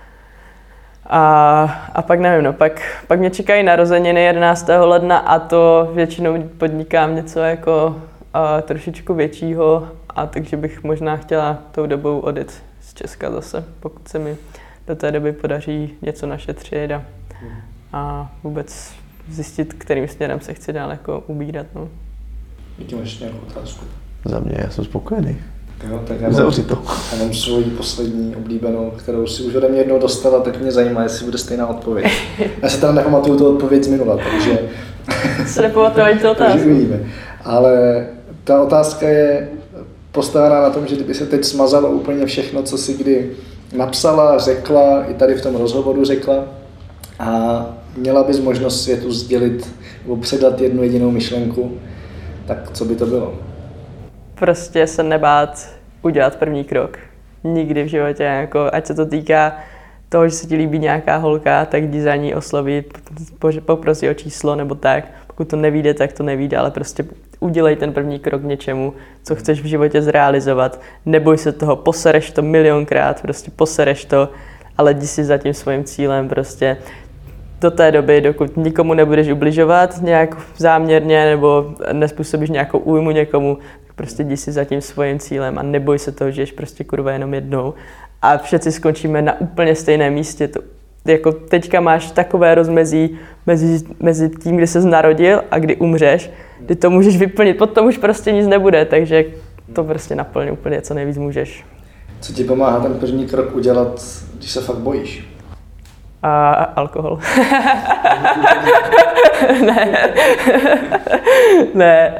A pak nevím, no, pak mě čekají narozeniny 11. ledna a to většinou podnikám něco jako trošičku většího, a takže bych možná chtěla tou dobou odjet z Česka zase, pokud se mi do té doby podaří něco našetřit a vůbec zjistit, kterým směrem se chci dál jako ubírat. No.
Jaký máš nějakou otázku?
Za mě, já jsem spokojený.
Jo, tak
Zavři to.
Já mám svoji poslední oblíbenou, kterou si už ode mě jednou dostala, tak mě zajímá, jestli bude stejná odpověď. Já si teda nepamatuju tu odpověď z minula, takže...
Se nepamatuju ani tu otázku.
Takže uvidíme. Ale ta otázka je postavená na tom, že kdyby se teď smazalo úplně všechno, co si kdy napsala, řekla, i tady v tom rozhovoru řekla, a měla bys možnost světu sdělit nebo předat jednu jedinou myšlenku, tak co by to bylo?
Prostě se nebát udělat první krok. Nikdy v životě, jako, ať se to týká toho, že se ti líbí nějaká holka, tak jdi za ní oslovit, poprosí o číslo nebo tak. Pokud to nevíde, tak to nevíde, ale prostě udělej ten první krok k něčemu, co chceš v životě zrealizovat. Neboj se toho, posereš to milionkrát, prostě posereš to, ale jdi si za tím svým cílem prostě. Do té doby, dokud nikomu nebudeš ubližovat nějak záměrně nebo nespůsobíš nějakou újmu někomu, tak prostě jdi si za tím svým cílem a neboj se toho, že ješ prostě kurva jenom jednou. A všetci skončíme na úplně stejném místě. To, jako teďka máš takové rozmezí mezi tím, kdy ses narodil a kdy umřeš, kdy to můžeš vyplnit, potom už prostě nic nebude, takže to prostě naplň úplně, co nejvíc můžeš.
Co ti pomáhá ten první krok udělat, když se fakt bojíš?
A alkohol. Ne.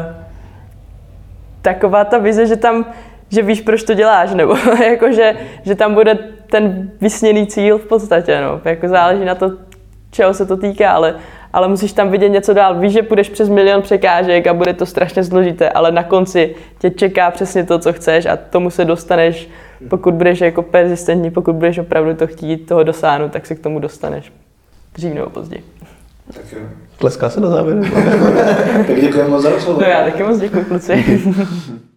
Taková ta vize, že víš, proč to děláš, nebo jako, že tam bude ten vysněný cíl v podstatě, no. Jako záleží na to, čeho se to týká, ale musíš tam vidět něco dál. Víš, že půjdeš přes milion překážek a bude to strašně složité, ale na konci tě čeká přesně to, co chceš a tomu se dostaneš. Pokud budeš jako persistentní, pokud budeš opravdu to chtít, toho dosáhnout, tak se k tomu dostaneš. Dřív nebo později.
Tak jo.
Tleská se na závěr.
Tak děkujeme moc za rozhovor.
No já taky moc děkuji, kluci.